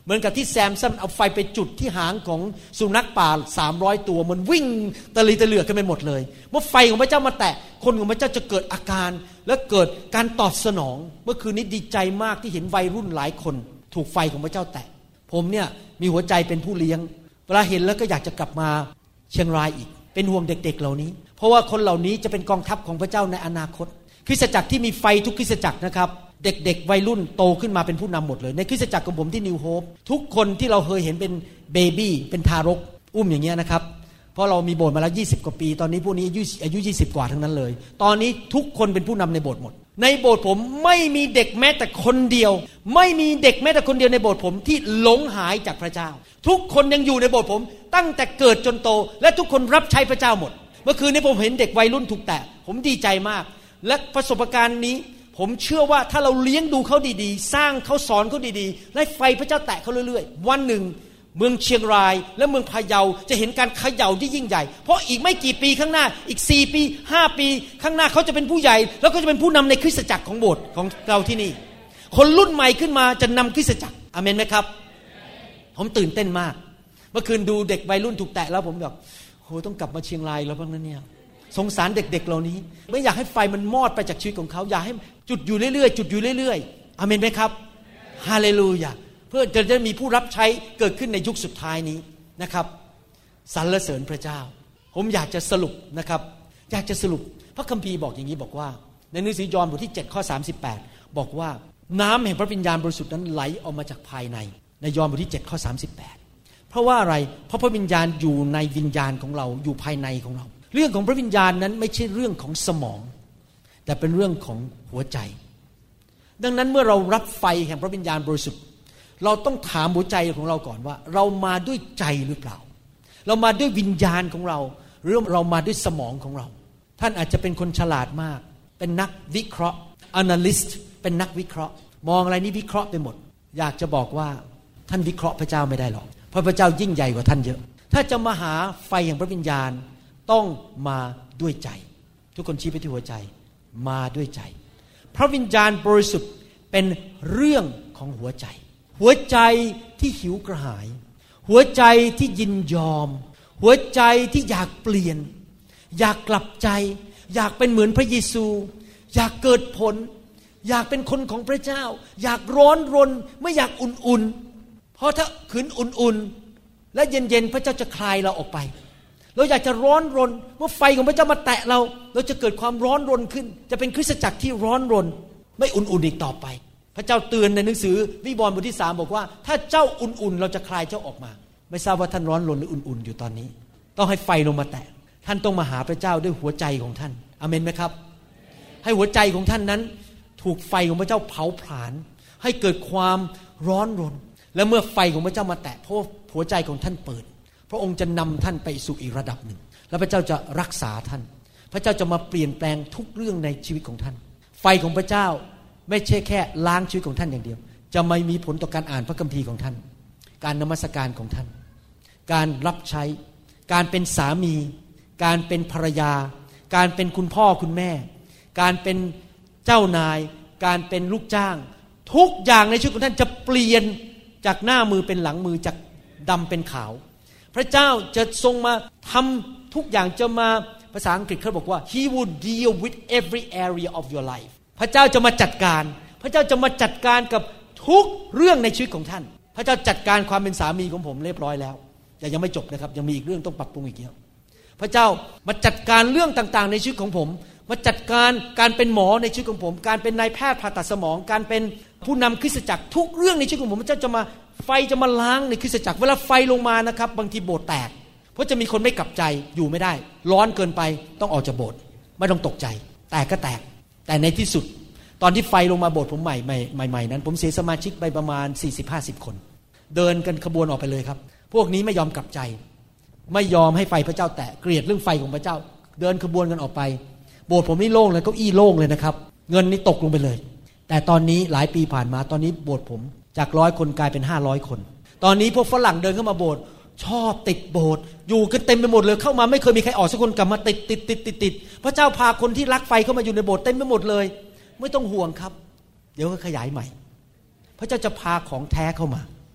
เหมือนกับที่แซมสันเอาไฟไปจุดที่หางของสุนัขป่าสามร้อยตัวมันวิ่งตะลีตะเหลือกกันไปหมดเลยเมื่อไฟของพระเจ้ามาแตะคนของพระเจ้าจะเกิดอาการและเกิดการตอบสนองเมื่อคืนนี้ดีใจมากที่เห็นวัยรุ่นหลายคนถูกไฟของพระเจ้าแตะผมเนี่ยมีหัวใจเป็นผู้เลี้ยงเวลาเห็นแล้วก็อยากจะกลับมาเชียงรายอีกเป็นห่วงเด็กๆเหล่านี้เพราะว่าคนเหล่านี้จะเป็นกองทัพของพระเจ้าในอนาคตคริสตจักรที่มีไฟทุกคริสตจักรนะครับเด็กๆวัยรุ่นโตขึ้นมาเป็นผู้นำหมดเลยในคริสตจักรของผมที่นิวโฮปทุกคนที่เราเคยเห็นเป็นเบบี้เป็นทารกอุ้มอย่างเงี้ยนะครับเพราะเรามีโบสถ์มาแล้วยี่สิบกว่าปีตอนนี้พวกนี้อายุยี่สิบกว่าทั้งนั้นเลยตอนนี้ทุกคนเป็นผู้นำในโบสถ์หมดในโบสถ์ผมไม่มีเด็กแม้แต่คนเดียวไม่มีเด็กแม้แต่คนเดียวในโบสถ์ผมที่หลงหายจากพระเจ้าทุกคนยังอยู่ในโบสถ์ผมตั้งแต่เกิดจนโตและทุกคนรับใช้พระเจ้าหมดเมื่อคืนนี้ผมเห็นเด็กวัยรุ่นถูกแตะผมดีใจมากและประสบการณ์นี้ผมเชื่อว่าถ้าเราเลี้ยงดูเขาดีๆสร้างเขาสอนเขาดีๆและไฟพระเจ้าแตะเขาเรื่อยๆวันหนึ่งเมืองเชียงรายและเมืองพะเยาจะเห็นการเขย่าที่ยิ่งใหญ่เพราะอีกไม่กี่ปีข้างหน้าอีกสี่ปีห้าปีข้างหน้าเขาจะเป็นผู้ใหญ่แล้วก็จะเป็นผู้นำในคริสตจักรของโบสถ์ของเราที่นี่คนรุ่นใหม่ขึ้นมาจะนำคริสตจักรอาเมนไหมครับผมตื่นเต้นมากเมื่อคืนดูเด็กวัยรุ่นถูกแตะแล้วผมแบบโหต้องกลับมาเชียงรายแล้วบ้างนะเนี่ยสงสารเด็กๆเหล่านี้ไม่อยากให้ไฟมันมอดไปจากชีวิตของเขาอยากให้จุดอยู่เรื่อยๆจุดอยู่เรื่อยๆอาเมนไหมครับฮาเลลูยาเพื่อจะได้มีผู้รับใช้เกิดขึ้นในยุคสุดท้ายนี้นะครับสรรเสริญพระเจ้าผมอยากจะสรุปนะครับอยากจะสรุปพระคัมภีร์บอกอย่างนี้บอกว่าในหนังสือยอห์นบทที่เจ็ดข้อสามสิบแปดบอกว่าน้ำแห่งพระวิญญาณบริสุทธิ์นั้นไหลออกมาจากภายในในยอห์นบทที่เจ็ดข้อสามสิบแปดเพราะว่าอะไรเพราะพระวิญญาณอยู่ในวิญญาณของเราอยู่ภายในของเราเรื่องของพระวิญญาณนั้นไม่ใช่เรื่องของสมองแต่เป็นเรื่องของหัวใจดังนั้นเมื่อเรารับไฟแห่งพระวิญญาณบริสุทธิ์เราต้องถามหัวใจของเราก่อนว่าเรามาด้วยใจหรือเปล่าเรามาด้วยวิญญาณของเราหรือเรามาด้วยสมองของเราท่านอาจจะเป็นคนฉลาดมากเป็นนักวิเคราะห์ analyst เป็นนักวิเคราะห์มองอะไรนี่วิเคราะห์ไปหมดอยากจะบอกว่าท่านวิเคราะห์พระเจ้าไม่ได้หรอกเพราะพระเจ้ายิ่งใหญ่กว่าท่านเยอะถ้าจะมาหาไฟแห่งพระวิญญาณต้องมาด้วยใจทุกคนชี้ไปที่หัวใจมาด้วยใจพระวิญญาณบริสุทธิ์เป็นเรื่องของหัวใจหัวใจที่หิวกระหายหัวใจที่ยินยอมหัวใจที่อยากเปลี่ยนอยากกลับใจอยากเป็นเหมือนพระเยซูอยากเกิดผลอยากเป็นคนของพระเจ้าอยากร้อนรนไม่อยากอุ่นๆเพราะถ้าขืนอุ่นๆและเย็นๆพระเจ้าจะคลายเราออกไปเราอยากจะร้อนรนเมื่อไฟของพระเจ้ามาแตะเราเราจะเกิดความร้อนรนขึ้นจะเป็นคริสตจักรที่ร้อนรนไม่อุ่นๆอีกต่อไปพระเจ้าเตือนในหนังสือวิวรณ์บทที่สามบอกว่าถ้าเจ้าอุ่นๆเราจะคลายเจ้าออกมาไม่ทราบว่าท่านร้อนรนหรืออุ่นๆอยู่ตอนนี้ต้องให้ไฟลงมาแตะท่านต้องมาหาพระเจ้าด้วยหัวใจของท่านอาเมนไหมครับให้หัวใจของท่านนั้นถูกไฟของพระเจ้าเผาผลาญให้เกิดความร้อนรนและเมื่อไฟของพระเจ้ามาแตะเพราะหัวใจของท่านเปิดพระองค์จะนำท่านไปสู่อีกระดับหนึ่งแล้วพระเจ้าจะรักษาท่านพระเจ้าจะมาเปลี่ยนแปลงทุกเรื่องในชีวิตของท่านไฟของพระเจ้าไม่ใช่แค่ล้างชีวิตของท่านอย่างเดียวจะไม่มีผลต่อการอ่านพระคัมภีร์ของท่านการนมัสการของท่านการรับใช้การเป็นสามีการเป็นภรรยาการเป็นคุณพ่อคุณแม่การเป็นเจ้านายการเป็นลูกจ้างทุกอย่างในชีวิตของท่านจะเปลี่ยนจากหน้ามือเป็นหลังมือจากดำเป็นขาวพระเจ้าจะทรงมาทำทุกอย่างจะมาภาษาอังกฤษเขาบอกว่า He will deal with every area of your life พระเจ้าจะมาจัดการพระเจ้าจะมาจัดการกับทุกเรื่องในชีวิตของท่านพระเจ้าจัดการความเป็นสามีของผมเรียบร้อยแล้วแต่ยังไม่จบนะครับยังมีอีกเรื่องต้องปรับปรุงอีกเยอะพระเจ้ามาจัดการเรื่องต่างๆในชีวิตของผมมาจัดการการเป็นหมอในชีวิตของผมการเป็นนายแพทย์ผ่าตัดสมองการเป็นผู้นำคริสตจักรทุกเรื่องในชีวิตของผมพระเจ้าจะมาไฟจะมาล้างในคริสตจักรเวลาไฟลงมานะครับบางทีโบสถ์แตกเพราะจะมีคนไม่กลับใจอยู่ไม่ได้ร้อนเกินไปต้องออกจากโบสถ์ไม่ต้องตกใจแตกก็แตกแต่ในที่สุดตอนที่ไฟลงมาโบสถ์ผมใหม่ใหม่ๆนั้นผมเสียสมาชิกไปประมาณ สี่สิบห้าสิบ คนเดินกันขบวนออกไปเลยครับพวกนี้ไม่ยอมกลับใจไม่ยอมให้ไฟพระเจ้าแตะเกลียดเรื่องไฟของพระเจ้าเดินขบวนกันออกไปโบสถ์ผมนี่โล่งเลยเก้าอี้โล่งเลยนะครับเงินนี่ตกลงไปเลยแต่ตอนนี้หลายปีผ่านมาตอนนี้โบสถ์ผมจากร้อยคนกลายเป็นห้าร้อยคนตอนนี้พวกฝรั่งเดินเข้ามาโบสถ์ชอบติดโบสถ์อยู่กันเต็มไปหมดเลยเข้ามาไม่เคยมีใครออกสักคนกลับมาติดติดติดติดติดพระเจ้าพาคนที่รักไฟเข้ามาอยู่ในโบสถ์เต็มไปหมดเลยไม่ต้องห่วงครับเดี๋ยวก็ขยายใหม่พระเจ้าจะพาของแท้เข้ามา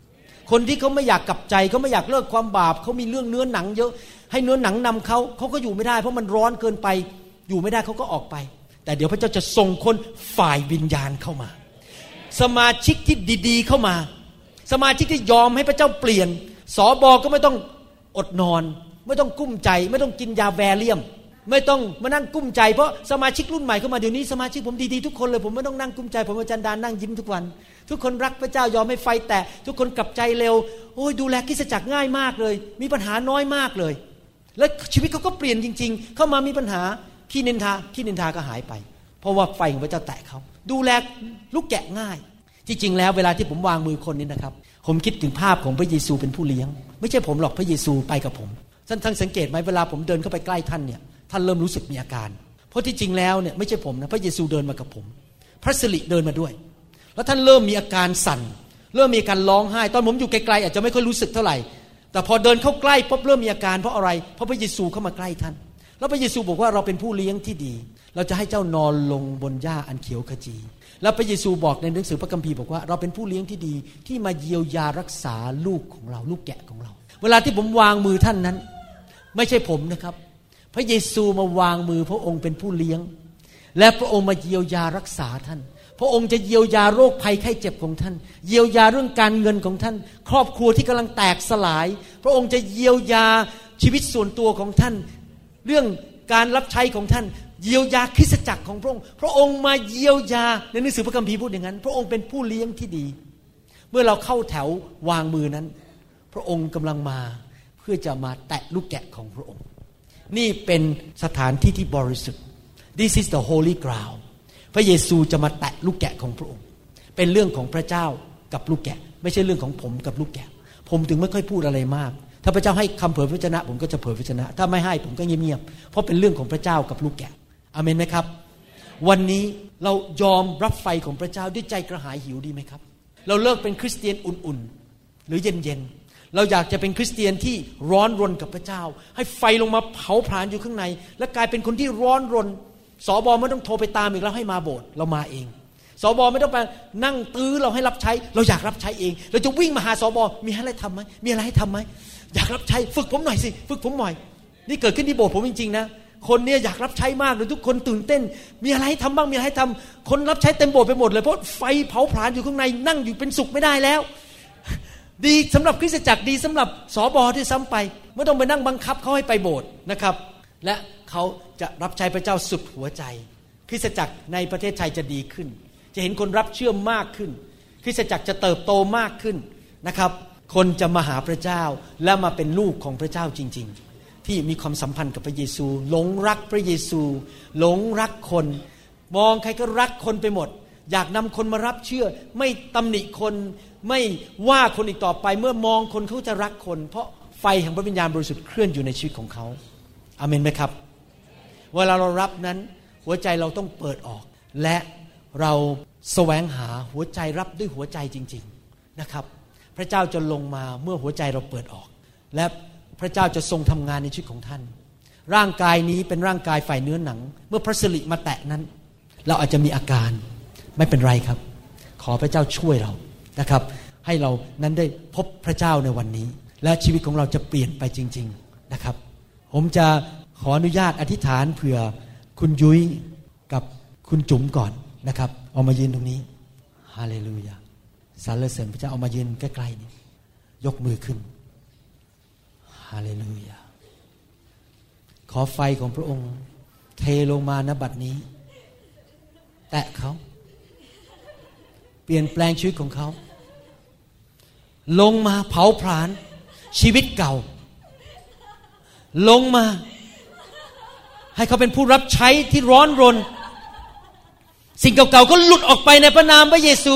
คนที่เขาไม่อยากกลับใจเขาไม่อยากเลิกความบาปเขามีเรื่องเนื้อหนังเยอะให้เนื้อหนังนำเขาเขาก็อยู่ไม่ได้เพราะมันร้อนเกินไปอยู่ไม่ได้เขาก็ออกไปแต่เดี๋ยวพระเจ้าจะส่งคนฝ่ายวิญญาณเข้ามาสมาชิกที่ดีๆเข้ามาสมาชิกที่ยอมให้พระเจ้าเปลี่ยนสบก็ไม่ต้องอดนอนไม่ต้องกุ้มใจไม่ต้องกินยาแวเลียมไม่ต้องมานั่งกุ้มใจเพราะสมาชิกรุ่นใหม่เข้ามาเดี๋ยวนี้สมาชิกผมดีๆทุกคนเลยผมไม่ต้องนั่งกุ้มใจผมอาจารย์ดานั่งยิ้มทุกวันทุกคนรักพระเจ้ายอมให้ไฟแตะทุกคนกลับใจเร็วโอ้ยดูแลคริสตจักรง่ายมากเลยมีปัญหาน้อยมากเลยและชีวิตเขาก็เปลี่ยนจริงๆเข้ามามีปัญหาขี้นินทาขี้นินทาก็หายไปเพราะว่าไฟของพระเจ้าแตะเขาดูแลลูกแกะง่ายที่จริงแล้วเวลาที่ผมวางมือคนนี้นะครับผมคิดถึงภาพของพระเยซูเป็นผู้เลี้ยงไม่ใช่ผมหรอกพระเยซูไปกับผมท่านท่านสังเกตไหมเวลาผมเดินเข้าไปใกล้ท่านเนี่ยท่านเริ่มรู้สึกมีอาการเพราะที่จริงแล้วเนี่ยไม่ใช่ผมนะพระเยซูเดินมากับผมพระสิริเดินมาด้วยแล้วท่านเริ่มมีอาการสั่นเริ่มมีอาการร้องไห้ตอนผมอยู่ไกลๆอาจจะไม่ค่อยรู้สึกเท่าไหร่แต่พอเดินเข้าใกล้ปุ๊บเริ่มมีอาการเพราะอะไรเพราะพระเยซูเข้ามาใกล้ท่านแล้วพระเยซูบอกว่าเราเป็นผู้เลี้ยงที่ดีเราจะให้เจ้านอนลงบนหญ้าอันเขียวขจีแล้วพระเยซูบอกในหนังสือพระคัมภีร์บอกว่าเราเป็นผู้เลี้ยงที่ดีที่มาเยียวยารักษาลูกของเราลูกแกะของเราเวลาที่ผมวางมือท่านนั้นไม่ใช่ผมนะครับพระเยซูมาวางมือพระองค์เป็นผู้เลี้ยงและพระองค์มาเยียวยารักษาท่านพระองค์จะเยียวยาโรคภัยไข้เจ็บของท่านเยียวยาเรื่องการเงินของท่านครอบครัวที่กำลังแตกสลายพระองค์จะเยียวยาชีวิตส่วนตัวของท่านเรื่องการรับใช้ของท่านเยียวยาคริสตจักรของพระองค์พระองค์มาเยียวยาในหนังสือพระคัมภีร์พูดอย่างนั้นพระองค์เป็นผู้เลี้ยงที่ดีเมื่อเราเข้าแถววางมือนั้นพระองค์กำลังมาเพื่อจะมาแตะลูกแกะของพระองค์นี่เป็นสถานที่ที่บริสุทธิ์ This is the holy ground พระเยซูจะมาแตะลูกแกะของพระองค์เป็นเรื่องของพระเจ้ากับลูกแกะไม่ใช่เรื่องของผมกับลูกแกะผมถึงไม่ค่อยพูดอะไรมากถ้าพระเจ้าให้คำเผยพระวจนะผมก็จะเผยพระวจนะถ้าไม่ให้ผมก็เงียบๆเพราะเป็นเรื่องของพระเจ้ากับลูกแกะอาเมนไหมครับวันนี้เรายอมรับไฟของพระเจ้าด้วยใจกระหายหิวดีไหมครับเราเลิกเป็นคริสเตียนอุ่นๆหรือเย็นๆเราอยากจะเป็นคริสเตียนที่ร้อนรนกับพระเจ้าให้ไฟลงมาเผาผลาญอยู่ข้างในและกลายเป็นคนที่ร้อนรนสบไม่ต้องโทรไปตามอีกแล้วให้มาโบสถ์เรามาเองสบไม่ต้องไปนั่งตื้อเราให้รับใช้เราอยากรับใช้เองเราจะวิ่งมาหาสบมีอะไรทำไหมมีอะไรให้ทำไหมอยากรับใช้ฝึกผมหน่อยสิฝึกผมหน่อยนี่เกิดขึ้นที่โบสถ์ผมจริงๆนะคนเนี่ยอยากรับใช้มากเลยทุกคนตื่นเต้นมีอะไรให้ทำบ้างมีอะไรให้ทำคนรับใช้เต็มโบสถ์ไปหมดเลยเพราะไฟเผาผลาญอยู่ข้างในนั่งอยู่เป็นสุขไม่ได้แล้วดีสำหรับคริสตจักรดีสำหรับสบที่ซ้ำไปไม่ต้องไปนั่งบังคับเขาให้ไปโบสถ์นะครับและเขาจะรับใช้พระเจ้าสุดหัวใจคริสตจักรในประเทศไทยจะดีขึ้นจะเห็นคนรับเชื่อมากขึ้นคริสตจักรจะเติบโตมากขึ้นนะครับคนจะมาหาพระเจ้าและมาเป็นลูกของพระเจ้าจริงๆที่มีความสัมพันธ์กับพระเยซูหลงรักพระเยซูหลงรักคนมองใครก็รักคนไปหมดอยากนำคนมารับเชื่อไม่ตำหนิคนไม่ว่าคนอีกต่อไปเมื่อมองคนเขาจะรักคนเพราะไฟแห่งพระวิญญาณบริสุทธิ์เคลื่อนอยู่ในชีวิตของเขาอาเมนไหมครับเวลาเรารับนั้นหัวใจเราต้องเปิดออกและเราแสวงหาหัวใจรับด้วยหัวใจจริงๆนะครับพระเจ้าจะลงมาเมื่อหัวใจเราเปิดออกและพระเจ้าจะทรงทำงานในชีวิตของท่านร่างกายนี้เป็นร่างกายฝ่ายเนื้อหนังเมื่อพระสิริมาแตะนั้นเราอาจจะมีอาการไม่เป็นไรครับขอพระเจ้าช่วยเรานะครับให้เรานั้นได้พบพระเจ้าในวันนี้และชีวิตของเราจะเปลี่ยนไปจริงๆนะครับผมจะขออนุญาตอธิษฐานเผื่อคุณยุ้ยกับคุณจุ๋มก่อนนะครับเอามายืนตรงนี้ฮาเลลูยาสรรเสริญพระเจ้าเอามายืนใกล้ๆนี้ยกมือขึ้นฮาเลลูยาขอไฟของพระองค์เทลงมาณบัดนี้แตะเขาเปลี่ยนแปลงชีวิตของเขาลงมาเผาผลาญชีวิตเก่าลงมาให้เขาเป็นผู้รับใช้ที่ร้อนรนสิ่งเก่าๆก็หลุดออกไปในพระนามพระเยซู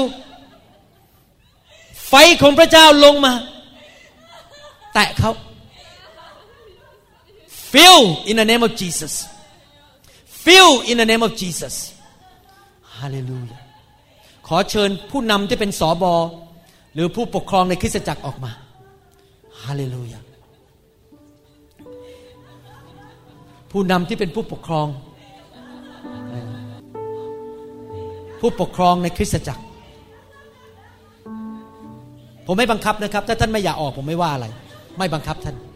ไฟของพระเจ้าลงมาแตะเขา Fill in the name of Jesus Fill in the name of Jesus Hallelujah ขอเชิญผู้นำที่เป็นสบหรือผู้ปกครองในคริสตจักรออกมาฮาเลลูยาผู้นำที่เป็นผู้ปกครองผู้ปกครองในคริสตจักรผมไม่บังคับนะครับถ้าท่านไม่อยากออกผมไม่ว่าอะไรไม่บังคับท่าน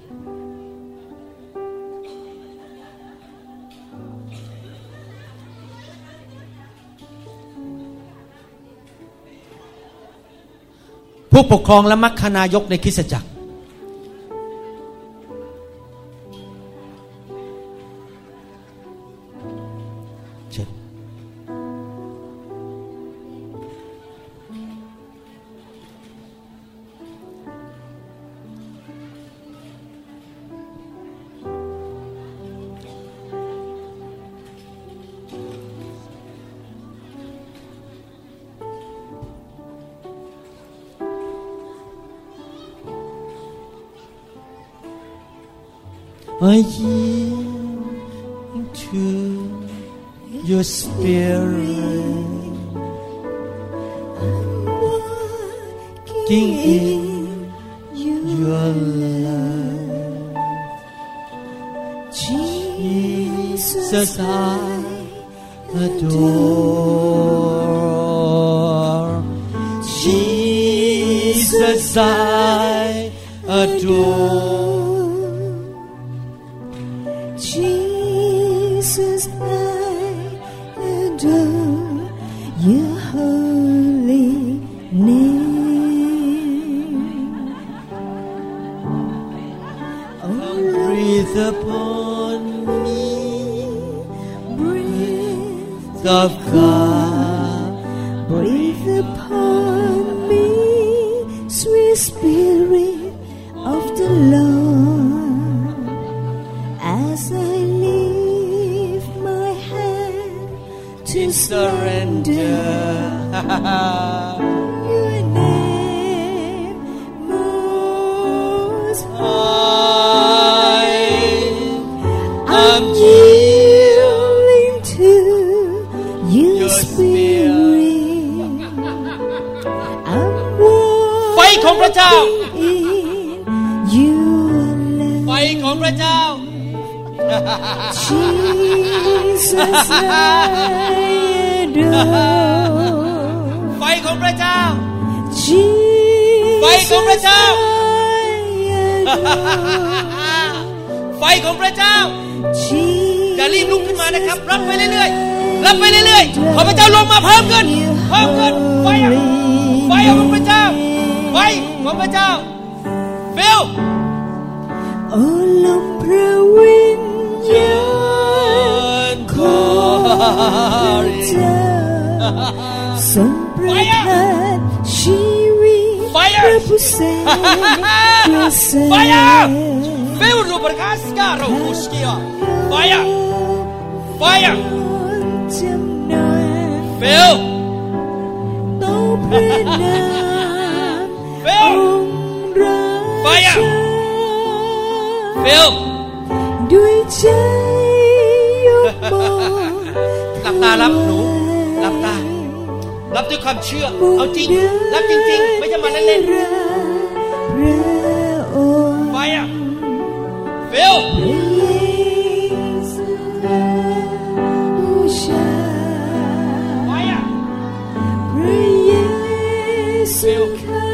ผู้ปกครองและมัคคณายกในคริสตจักรเชิญI yield to your spirit, walking in your life. Jesus, I adore. Jesus, I adore.Jesus, I adore your holy name. Oh, breathe upon me, breath of God. Breathe upon me, sweet Spirit of the Lord.As I lift my hand to surrender your name most high, I'm yielding to your spirit. I'm walking ไฟของพระเจ้า ไฟของพระเจ้าJesus, I adore. ไฟของพระเจ้า Jesus, ไฟของพระเจ้า ไฟของพระเจ้าอย่ารีบลุกขึ้นมานะครับรับไปเรื่อยๆรับไปเรื่อยๆขอพระเจ้าลงมาเพิ่มขึ้นเพิ่มขึ้นไฟไฟของพระเจ้าไฟของพระเจ้าฟิลโอ้ลมพระวิญญาณของพระเจ้าทรงประทานชีวิตพระผู้เสกประเสริฐฟิลรูปการสกาโรอุสกิอาไฟไฟฟิลต้องพระนามองค์ราชาฟิลด้วยใจยกมองหลับตารับหนูหลับตารับด้วยความเชื่อเอาจริงรับจริงๆไม่ใช่มาเล่นๆไฟอ่ะฟิลไฟอ่ะฟิล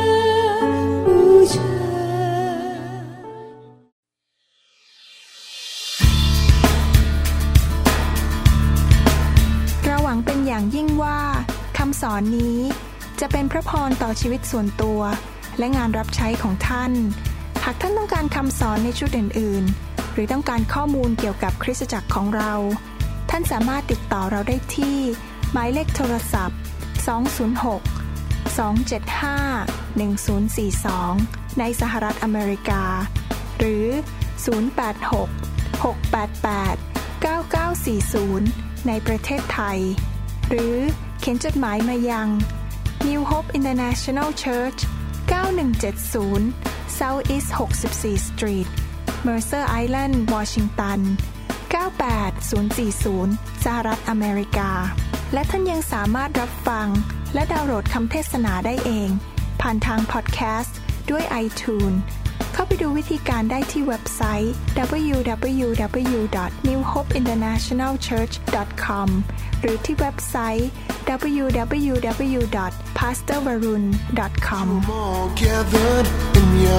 อย่างยิ่งว่าคำสอนนี้จะเป็นพระพรต่อชีวิตส่วนตัวและงานรับใช้ของท่านหากท่านต้องการคำสอนในชุดอื่นๆหรือต้องการข้อมูลเกี่ยวกับคริสตจักรของเราท่านสามารถติดต่อเราได้ที่หมายเลขโทรศัพท์สอง ศูนย์ หก สอง เจ็ด ห้า หนึ่ง ศูนย์ สี่ สองในสหรัฐอเมริกาหรือศูนย์ แปด หก หก แปด แปด เก้า เก้า สี่ ศูนย์ในประเทศไทยหรือเขียนจดหมายมายัง New Hope International Church เก้าหนึ่งเจ็ดศูนย์ South East หกสิบสี่ Street Mercer Island Washington เก้าแปดศูนย์สี่ศูนย์สหรัฐอเมริกาและท่านยังสามารถรับฟังและดาวน์โหลดคำเทศนาได้เองผ่านทางพอดแคสต์ด้วย iTunes เข้าไปดูวิธีการได้ที่เว็บไซต์ ดับเบิลยู ดับเบิลยู ดับเบิลยู ดอท นิว โฮป อินเตอร์เนชั่นแนล เชิร์ช ดอท คอม หรือที่เว็บไซต์ ดับเบิลยู ดับเบิลยู ดับเบิลยู ดอท พาสเตอร์ วารุณ ดอท คอม